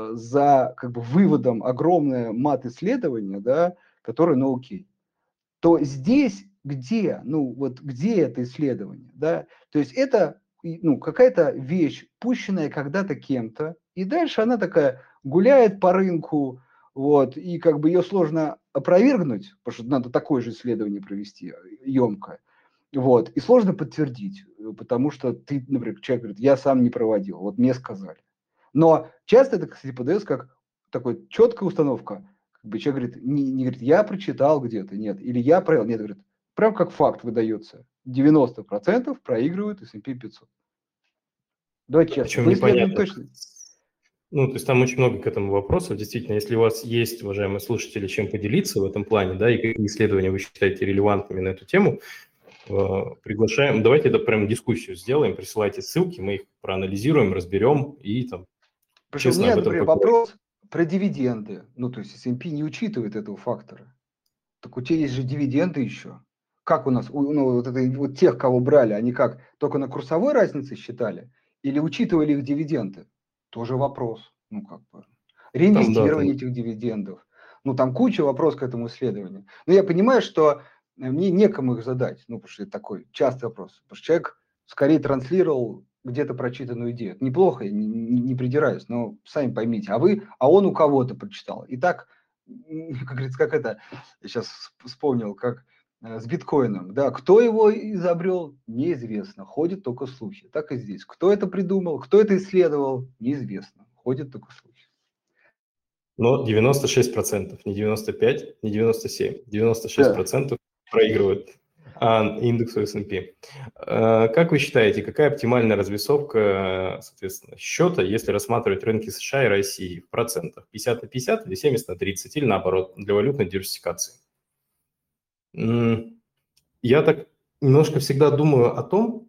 за как бы выводом огромное мат-исследование, да, которое, ну окей, то здесь где, ну вот где это исследование, да, то есть это ну, какая-то вещь, пущенная когда-то кем-то, и дальше она такая гуляет по рынку, вот, и как бы ее сложно опровергнуть, потому что надо такое же исследование провести, емкое, вот, и сложно подтвердить, потому что ты, например, человек говорит, я сам не проводил, вот мне сказали. Но часто это, кстати, подается как такой четкая установка, как бы человек говорит, не говорит, я прочитал где-то, нет, или я провел, нет, говорит, прям как факт выдается, 90% проигрывают S&P 500. Давайте честно, Причем по исследованиям непонятно. точно. Ну, то есть там очень много к этому вопросов. Действительно, если у вас есть, уважаемые слушатели, чем поделиться в этом плане, да, и какие исследования вы считаете релевантными на эту тему, приглашаем. Давайте это прям дискуссию сделаем, присылайте ссылки, мы их проанализируем, разберем и там Потому что у честно меня, об этом например, поговорим. вопрос про дивиденды. Ну, то есть S&P не учитывает этого фактора. Так у тебя есть же дивиденды еще. Как у нас, ну, вот, вот тех, кого брали, они как, только на курсовой разнице считали? Или учитывали их дивиденды? Тоже вопрос. Ну, как бы. Там, да, Реинвестирование там. этих дивидендов. Ну, там куча вопросов к этому исследованию. Но я понимаю, что мне некому их задать. Ну, потому что это такой частый вопрос. Потому что человек скорее транслировал где-то прочитанную идею. Это неплохо, я не придираюсь, но сами поймите. А он у кого-то прочитал. И так, как говорится, как это, я сейчас вспомнил, как с биткоином. Да, кто его изобрел, неизвестно. Ходят только слухи. Так и здесь. Кто это придумал, кто это исследовал, неизвестно. Ходят только слухи. Но 96%, не 95, не 97, 96% проигрывают индексу S&P. Как вы считаете, какая оптимальная развесовка, соответственно, счета, если рассматривать рынки США и России в процентах? 50 на 50 или 70 на 30, или наоборот, для валютной диверсификации? Я так немножко всегда думаю о том,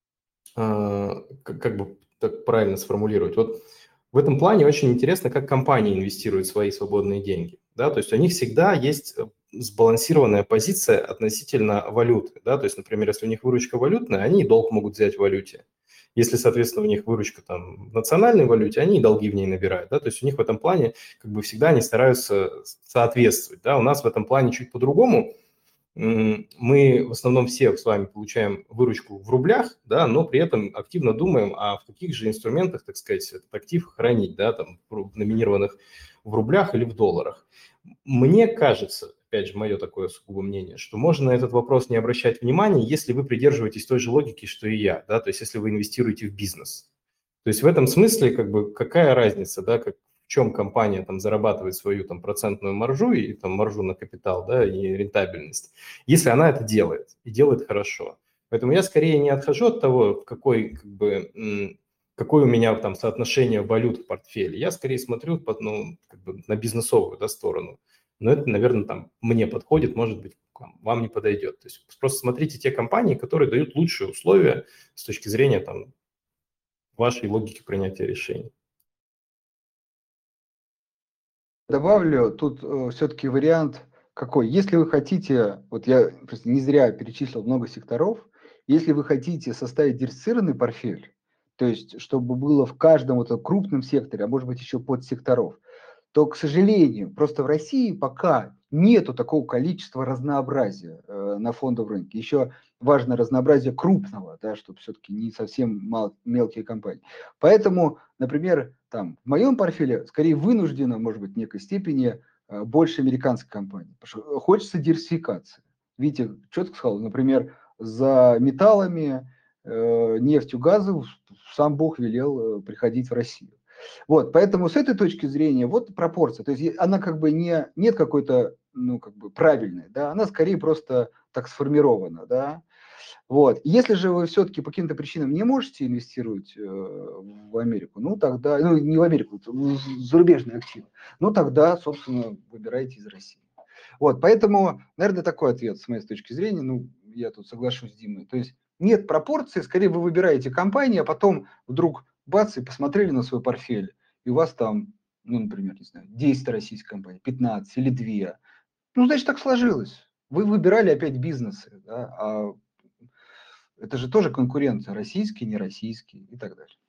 как бы так правильно сформулировать. Вот в этом плане очень интересно, как компании инвестируют свои свободные деньги. Да? То есть у них всегда есть сбалансированная позиция относительно валюты. Да? То есть, например, если у них выручка валютная, они и долг могут взять в валюте. Если, соответственно, у них выручка там в национальной валюте, они и долги в ней набирают. Да? То есть у них в этом плане как бы всегда они стараются соответствовать. Да? У нас в этом плане чуть по-другому. Мы в основном все с вами получаем выручку в рублях, да, но при этом активно думаем, а в каких же инструментах, так сказать, этот актив хранить, да, там, номинированных в рублях или в долларах. Мне кажется, опять же, мое такое сугубо мнение, что можно на этот вопрос не обращать внимания, если вы придерживаетесь той же логики, что и я, да, то есть если вы инвестируете в бизнес. То есть в этом смысле, как бы, какая разница, да, как, в чем компания там зарабатывает свою там процентную маржу и там маржу на капитал, да, и рентабельность, если она это делает и делает хорошо. Поэтому я скорее не отхожу от того, какой, как бы, какое у меня там соотношение валют в портфеле. Я скорее смотрю ну, как бы на бизнесовую, да, сторону. Но это, наверное, там мне подходит, может быть, вам не подойдет. То есть просто смотрите те компании, которые дают лучшие условия с точки зрения там вашей логики принятия решений. Добавлю, тут все-таки вариант какой. Если вы хотите, вот я просто не зря перечислил много секторов, если вы хотите составить диверсифицированный портфель, то есть чтобы было в каждом вот крупном секторе, а может быть еще подсекторов, то, к сожалению, просто в России пока нету такого количества разнообразия на фондовом рынке. Еще важно разнообразие крупного, да, чтобы все-таки не совсем мелкие компании. Поэтому, например, там, в моем портфеле скорее вынуждено, может быть, в некой степени больше американской компании, потому что хочется диверсификации. Видите, четко сказал, например, за металлами, нефтью, газом сам Бог велел приходить в Россию. Вот, поэтому с этой точки зрения вот пропорция, то есть она как бы нет какой-то, ну, как бы правильной, да, она скорее просто так сформирована, да. Вот, если же вы все-таки по каким-то причинам не можете инвестировать в Америку, ну, тогда, ну, не в Америку, в зарубежные активы, ну, тогда, собственно, выбирайте из России. Вот, поэтому, наверное, такой ответ с моей точки зрения, ну, я тут соглашусь с Димой, то есть нет пропорции, скорее вы выбираете компании, а потом вдруг бац, и посмотрели на свой портфель, и у вас там, ну, например, не знаю, 10 российских компаний, 15 или 2. Ну, значит, так сложилось. Вы выбирали опять бизнесы, да, а это же тоже конкуренция, российский, нероссийский и так далее.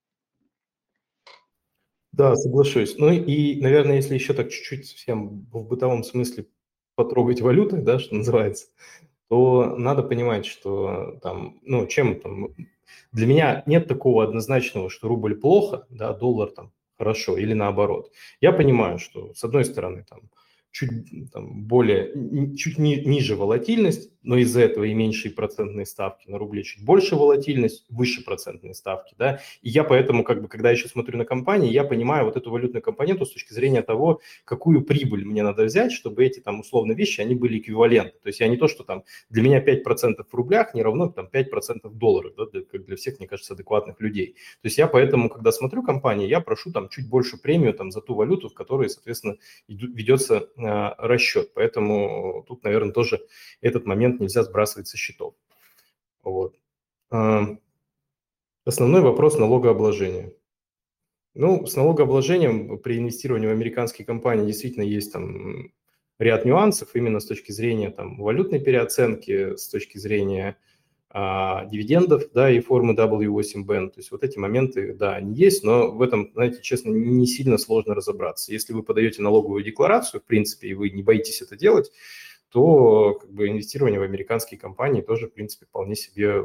Да, соглашусь. Ну и, наверное, если еще так чуть-чуть совсем в бытовом смысле потрогать валюты, да, что называется, то надо понимать, что там, ну, чем там, для меня нет такого однозначного, что рубль плохо, да, доллар там хорошо или наоборот. Я понимаю, что с одной стороны там чуть там, более, чуть ниже волатильность, но из-за этого и меньшие процентные ставки на рубле, чуть больше волатильность, выше процентные ставки, да, и я поэтому, как бы, когда еще смотрю на компании, я понимаю вот эту валютную компоненту с точки зрения того, какую прибыль мне надо взять, чтобы эти там условно вещи, они были эквивалентны, то есть я не то, что там для меня 5% в рублях не равно там 5% в долларах, да, как для всех, мне кажется, адекватных людей. То есть я поэтому, когда смотрю компании, я прошу там чуть больше премию там за ту валюту, в которой, соответственно, ведется расчет. Поэтому тут, наверное, тоже этот момент нельзя сбрасывать со счетов. Вот. Основной вопрос налогообложения. Ну, с налогообложением при инвестировании в американские компании действительно есть там ряд нюансов именно с точки зрения там, валютной переоценки, с точки зрения дивидендов, да, и формы W8BN. То есть вот эти моменты, да, они есть, но в этом, знаете, честно, не сильно сложно разобраться. Если вы подаете налоговую декларацию, в принципе, и вы не боитесь это делать, то как бы инвестирование в американские компании тоже, в принципе, вполне себе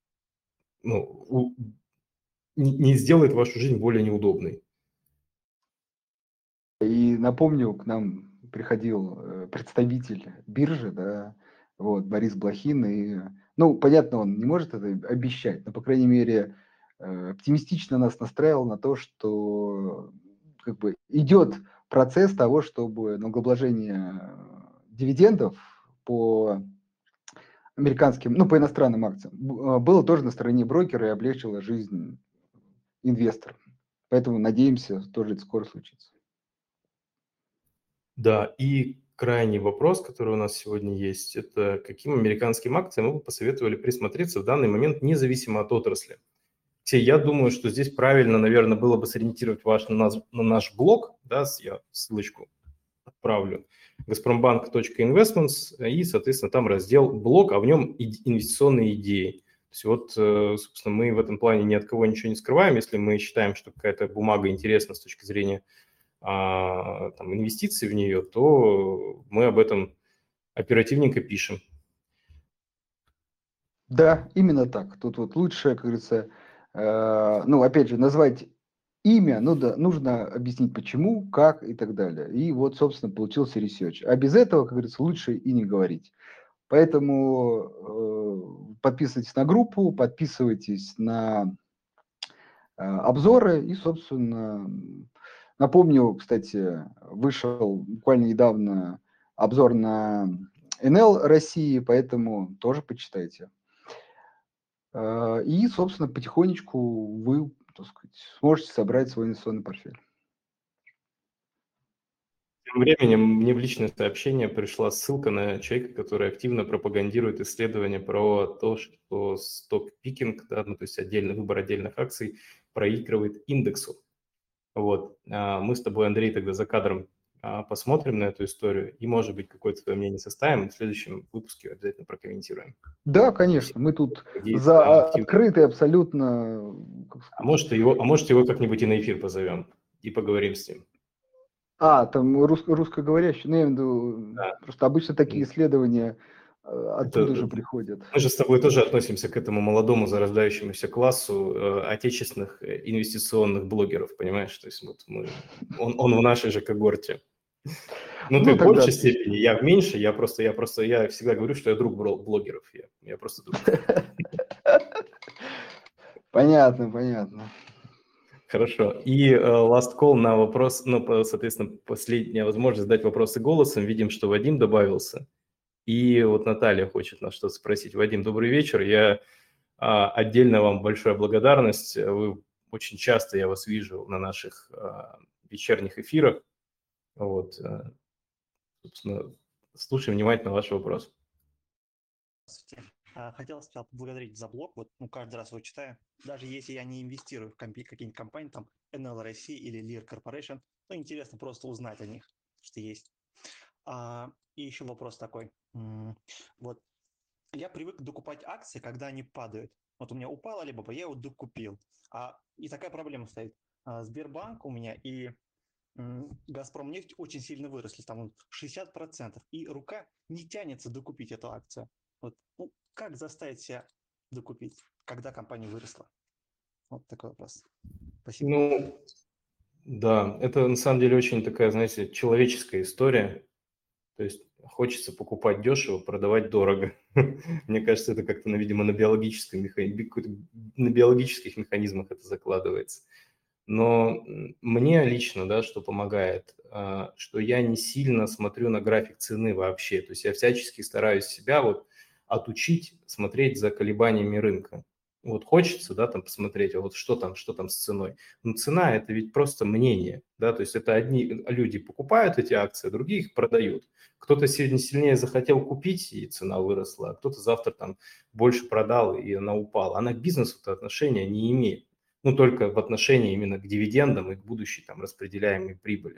не сделает вашу жизнь более неудобной. И напомню, к нам приходил представитель биржи, да, вот, Борис Блохин, и, ну, понятно, он не может это обещать, но, по крайней мере, оптимистично нас настраивал на то, что как бы идет процесс того, чтобы налогообложение дивидендов по американским, ну, по иностранным акциям было тоже на стороне брокера и облегчило жизнь инвесторам. Поэтому надеемся, тоже это скоро случится. Да, и крайний вопрос, который у нас сегодня есть, это каким американским акциям вы бы посоветовали присмотреться в данный момент, независимо от отрасли? Я думаю, что здесь правильно, наверное, было бы сориентировать на наш блог, да, я ссылочку отправлю, gazprombank.investments, и, соответственно, там раздел блог, а в нем инвестиционные идеи. То есть вот, собственно, мы в этом плане ни от кого ничего не скрываем. Если мы считаем, что какая-то бумага интересна с точки зрения там, инвестиций в нее, то мы об этом оперативненько пишем. Да, именно так. Тут вот лучше, как говорится, ну, опять же, назвать имя, ну да, нужно объяснить почему, как и так далее. И вот, собственно, получился ресерч. А без этого, как говорится, лучше и не говорить. Поэтому подписывайтесь на группу, подписывайтесь на обзоры и, собственно, напомню, кстати, вышел буквально недавно обзор на НЛ России, поэтому тоже почитайте. И, собственно, потихонечку вы, так сказать, сможете собрать свой инвестиционный портфель. Тем временем мне в личное сообщение пришла ссылка на человека, который активно пропагандирует исследования про то, что сток-пикинг, да, ну, то есть выбор отдельных акций проигрывает индексу. Вот. Мы с тобой, Андрей, тогда за кадром посмотрим на эту историю и, может быть, какое-то свое мнение составим, и в следующем выпуске обязательно прокомментируем. Да, конечно, мы тут Да, открыты абсолютно. А может, его как-нибудь и на эфир позовем и поговорим с ним. Там русскоговорящий, ну, я имею в виду, Да. просто обычно такие исследования оттуда же приходят. Мы же с тобой тоже относимся к этому молодому зарождающемуся классу отечественных инвестиционных блогеров, понимаешь? То есть вот он в нашей же когорте. Ну, ты в большей степени, я в меньшей, я всегда говорю, что я друг блогеров, я просто друг. Понятно. Хорошо. И last call на вопрос, ну, соответственно, последняя возможность задать вопросы голосом. Видим, что Вадим добавился. И вот Наталья хочет нас что-то спросить. Вадим, добрый вечер. Я отдельно вам большая благодарность. Вы очень часто, я вас вижу на наших вечерних эфирах. Вот, собственно, слушаем внимательно ваш вопрос. Здравствуйте. Хотел сначала поблагодарить за блог. Вот, каждый раз его читаю. Даже если я не инвестирую в какие-нибудь компании, там, NL России или Lear Corporation, то интересно просто узнать о них, что есть. И еще вопрос такой. Вот, я привык докупать акции, когда они падают. Вот у меня упало либо я его докупил. И такая проблема стоит. Сбербанк у меня и Газпромнефть очень сильно выросли, там 60%, и рука не тянется докупить эту акцию. Вот, как заставить себя докупить, когда компания выросла? Вот такой вопрос. Спасибо. Ну, да, это на самом деле очень такая, знаете, человеческая история. То есть хочется покупать дешево, продавать дорого. Мне кажется, это как-то, видимо, на биологических механизмах это закладывается. Но мне лично, да, что помогает, что я не сильно смотрю на график цены вообще. То есть я всячески стараюсь себя вот отучить смотреть за колебаниями рынка. Вот хочется, да, там посмотреть, а вот что там с ценой. Но цена – это ведь просто мнение, да, то есть это одни люди покупают эти акции, а другие их продают. Кто-то сегодня сильнее захотел купить, и цена выросла, а кто-то завтра там больше продал, и она упала. Она к бизнесу-то отношения не имеет. Ну, только в отношении именно к дивидендам и к будущей там распределяемой прибыли.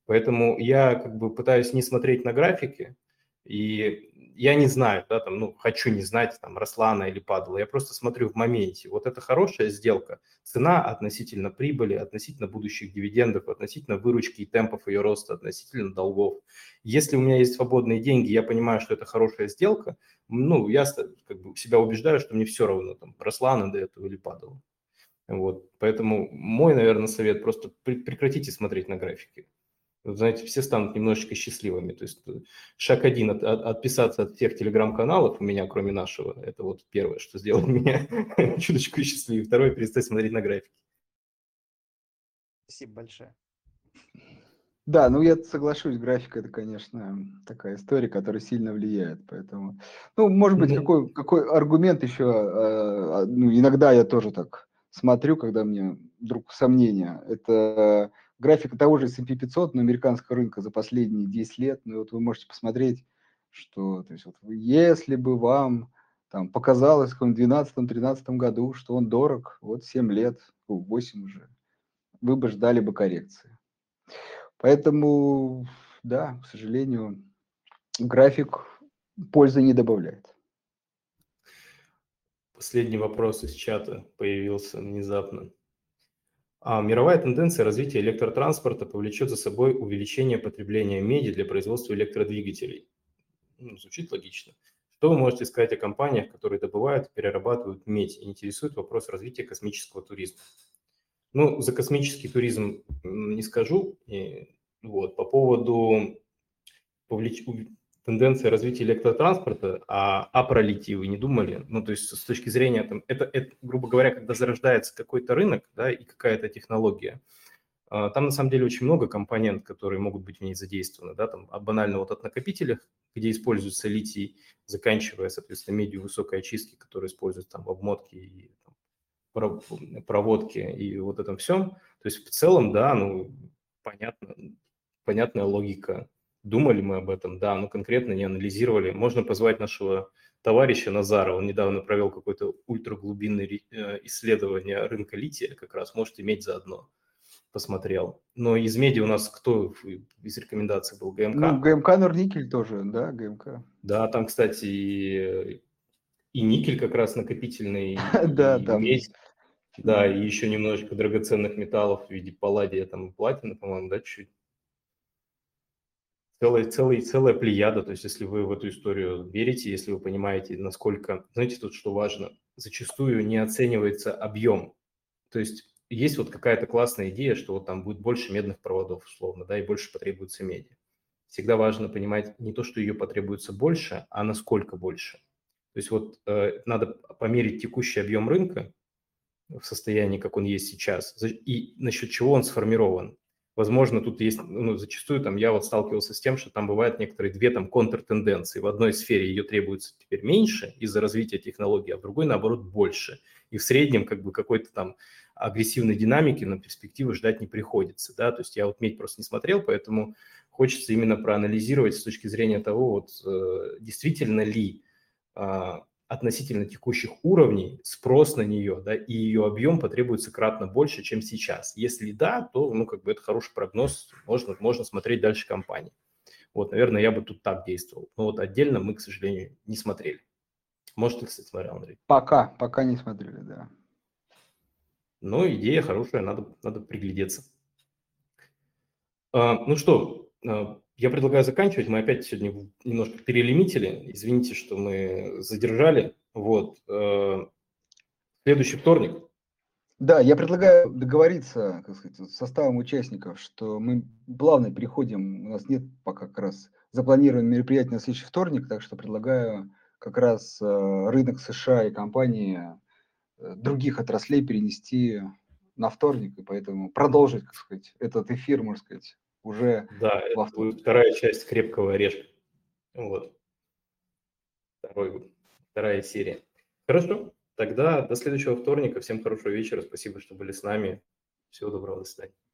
Поэтому я как бы пытаюсь не смотреть на графики, и я не знаю, да, там, ну, хочу не знать, там, росла она или падала. Я просто смотрю в моменте. Вот это хорошая сделка. Цена относительно прибыли, относительно будущих дивидендов, относительно выручки и темпов ее роста, относительно долгов. Если у меня есть свободные деньги, я понимаю, что это хорошая сделка, ну, я как бы себя убеждаю, что мне все равно, там, росла она до этого или падала. Вот. Поэтому мой, наверное, совет – просто прекратите смотреть на графики. Вы знаете, все станут немножечко счастливыми. То есть шаг один отписаться от всех телеграм-каналов у меня, кроме нашего. Это вот первое, что сделает меня чуточку счастливее. Второе – перестать смотреть на графики. Спасибо большое. Да, ну я соглашусь, график это, конечно, такая история, которая сильно влияет, поэтому, ну, может быть, Ну, какой аргумент еще, ну, иногда я тоже так смотрю, когда мне вдруг сомнения, это график того же S&P 500 на американского рынка за последние 10 лет, ну, вот вы можете посмотреть, что, то есть, вот, если бы вам там показалось в каком 12-13 году, что он дорог, вот 7 лет, 8 уже, вы бы ждали бы коррекции. Поэтому, да, к сожалению, график пользы не добавляет. последний вопрос из чата появился внезапно. Мировая тенденция развития электротранспорта повлечет за собой увеличение потребления меди для производства электродвигателей. Ну, звучит логично. Что вы можете сказать о компаниях, которые добывают и перерабатывают медь? Интересует вопрос развития космического туризма. Ну, за космический туризм не скажу. И, вот, по поводу тенденции развития электротранспорта, а про литий вы не думали? Ну, то есть с точки зрения, там, это, грубо говоря, когда зарождается какой-то рынок, да, и какая-то технология, там на самом деле очень много компонент, которые могут быть в ней задействованы, да, там банально вот от накопителей, где используется литий, заканчивая, соответственно, медью высокой очистки, которая используется там в обмотке и там, проводке и вот этом всем. То есть в целом, да, ну, понятная логика. Думали мы об этом, да, но конкретно не анализировали. Можно позвать нашего товарища Назара, он недавно провел какое-то ультраглубинное исследование рынка лития, как раз может иметь заодно. Посмотрел. Но из меди у нас кто из рекомендаций был? Ну, ГМК? ГМК Норникель тоже, да, ГМК. Да, там, кстати, и никель как раз накопительный, Да, и там, медь, да, и еще немножечко драгоценных металлов в виде палладия там, и платины, по-моему, да, чуть. Целая плеяда, то есть если вы в эту историю верите, если вы понимаете, насколько, знаете, тут что важно, зачастую не оценивается объем. То есть есть вот какая-то классная идея, что вот там будет больше медных проводов, условно, да, и больше потребуется меди. Всегда важно понимать не то, что ее потребуется больше, а насколько больше. То есть вот надо померить текущий объем рынка в состоянии, как он есть сейчас, и насчет чего он сформирован. Возможно, тут есть, ну, зачастую там я вот сталкивался с тем, что там бывают некоторые две там контртенденции. В одной сфере ее требуется теперь меньше из-за развития технологий, а в другой, наоборот, больше. И в среднем как бы какой-то там агрессивной динамики на перспективу ждать не приходится, да, то есть я вот медь просто не смотрел, поэтому хочется именно проанализировать с точки зрения того, вот действительно ли относительно текущих уровней спрос на нее, да, и ее объем потребуется кратно больше, чем сейчас. Если да, то, ну, как бы это хороший прогноз, можно смотреть дальше компании. Вот, наверное, я бы тут так действовал. Но вот отдельно мы, к сожалению, не смотрели. Может, ты, кстати, смотрел, Андрей? пока не смотрели, да. Но идея хорошая, надо приглядеться. Ну что, я предлагаю заканчивать. Мы опять сегодня немножко перелимитили. Извините, что мы задержали. Вот. Следующий вторник. Да, я предлагаю договориться, как сказать, с составом участников, что мы плавно переходим, у нас нет пока как раз запланировано мероприятие на следующий вторник, так что предлагаю как раз рынок США и компании других отраслей перенести на вторник, и поэтому продолжить, как сказать, этот эфир, можно сказать, уже Да, это во будет вторник. вторая часть крепкого орешка. Вот, вторая серия. Хорошо, тогда до следующего вторника. Всем хорошего вечера. Спасибо, что были с нами. Всего доброго, до свидания.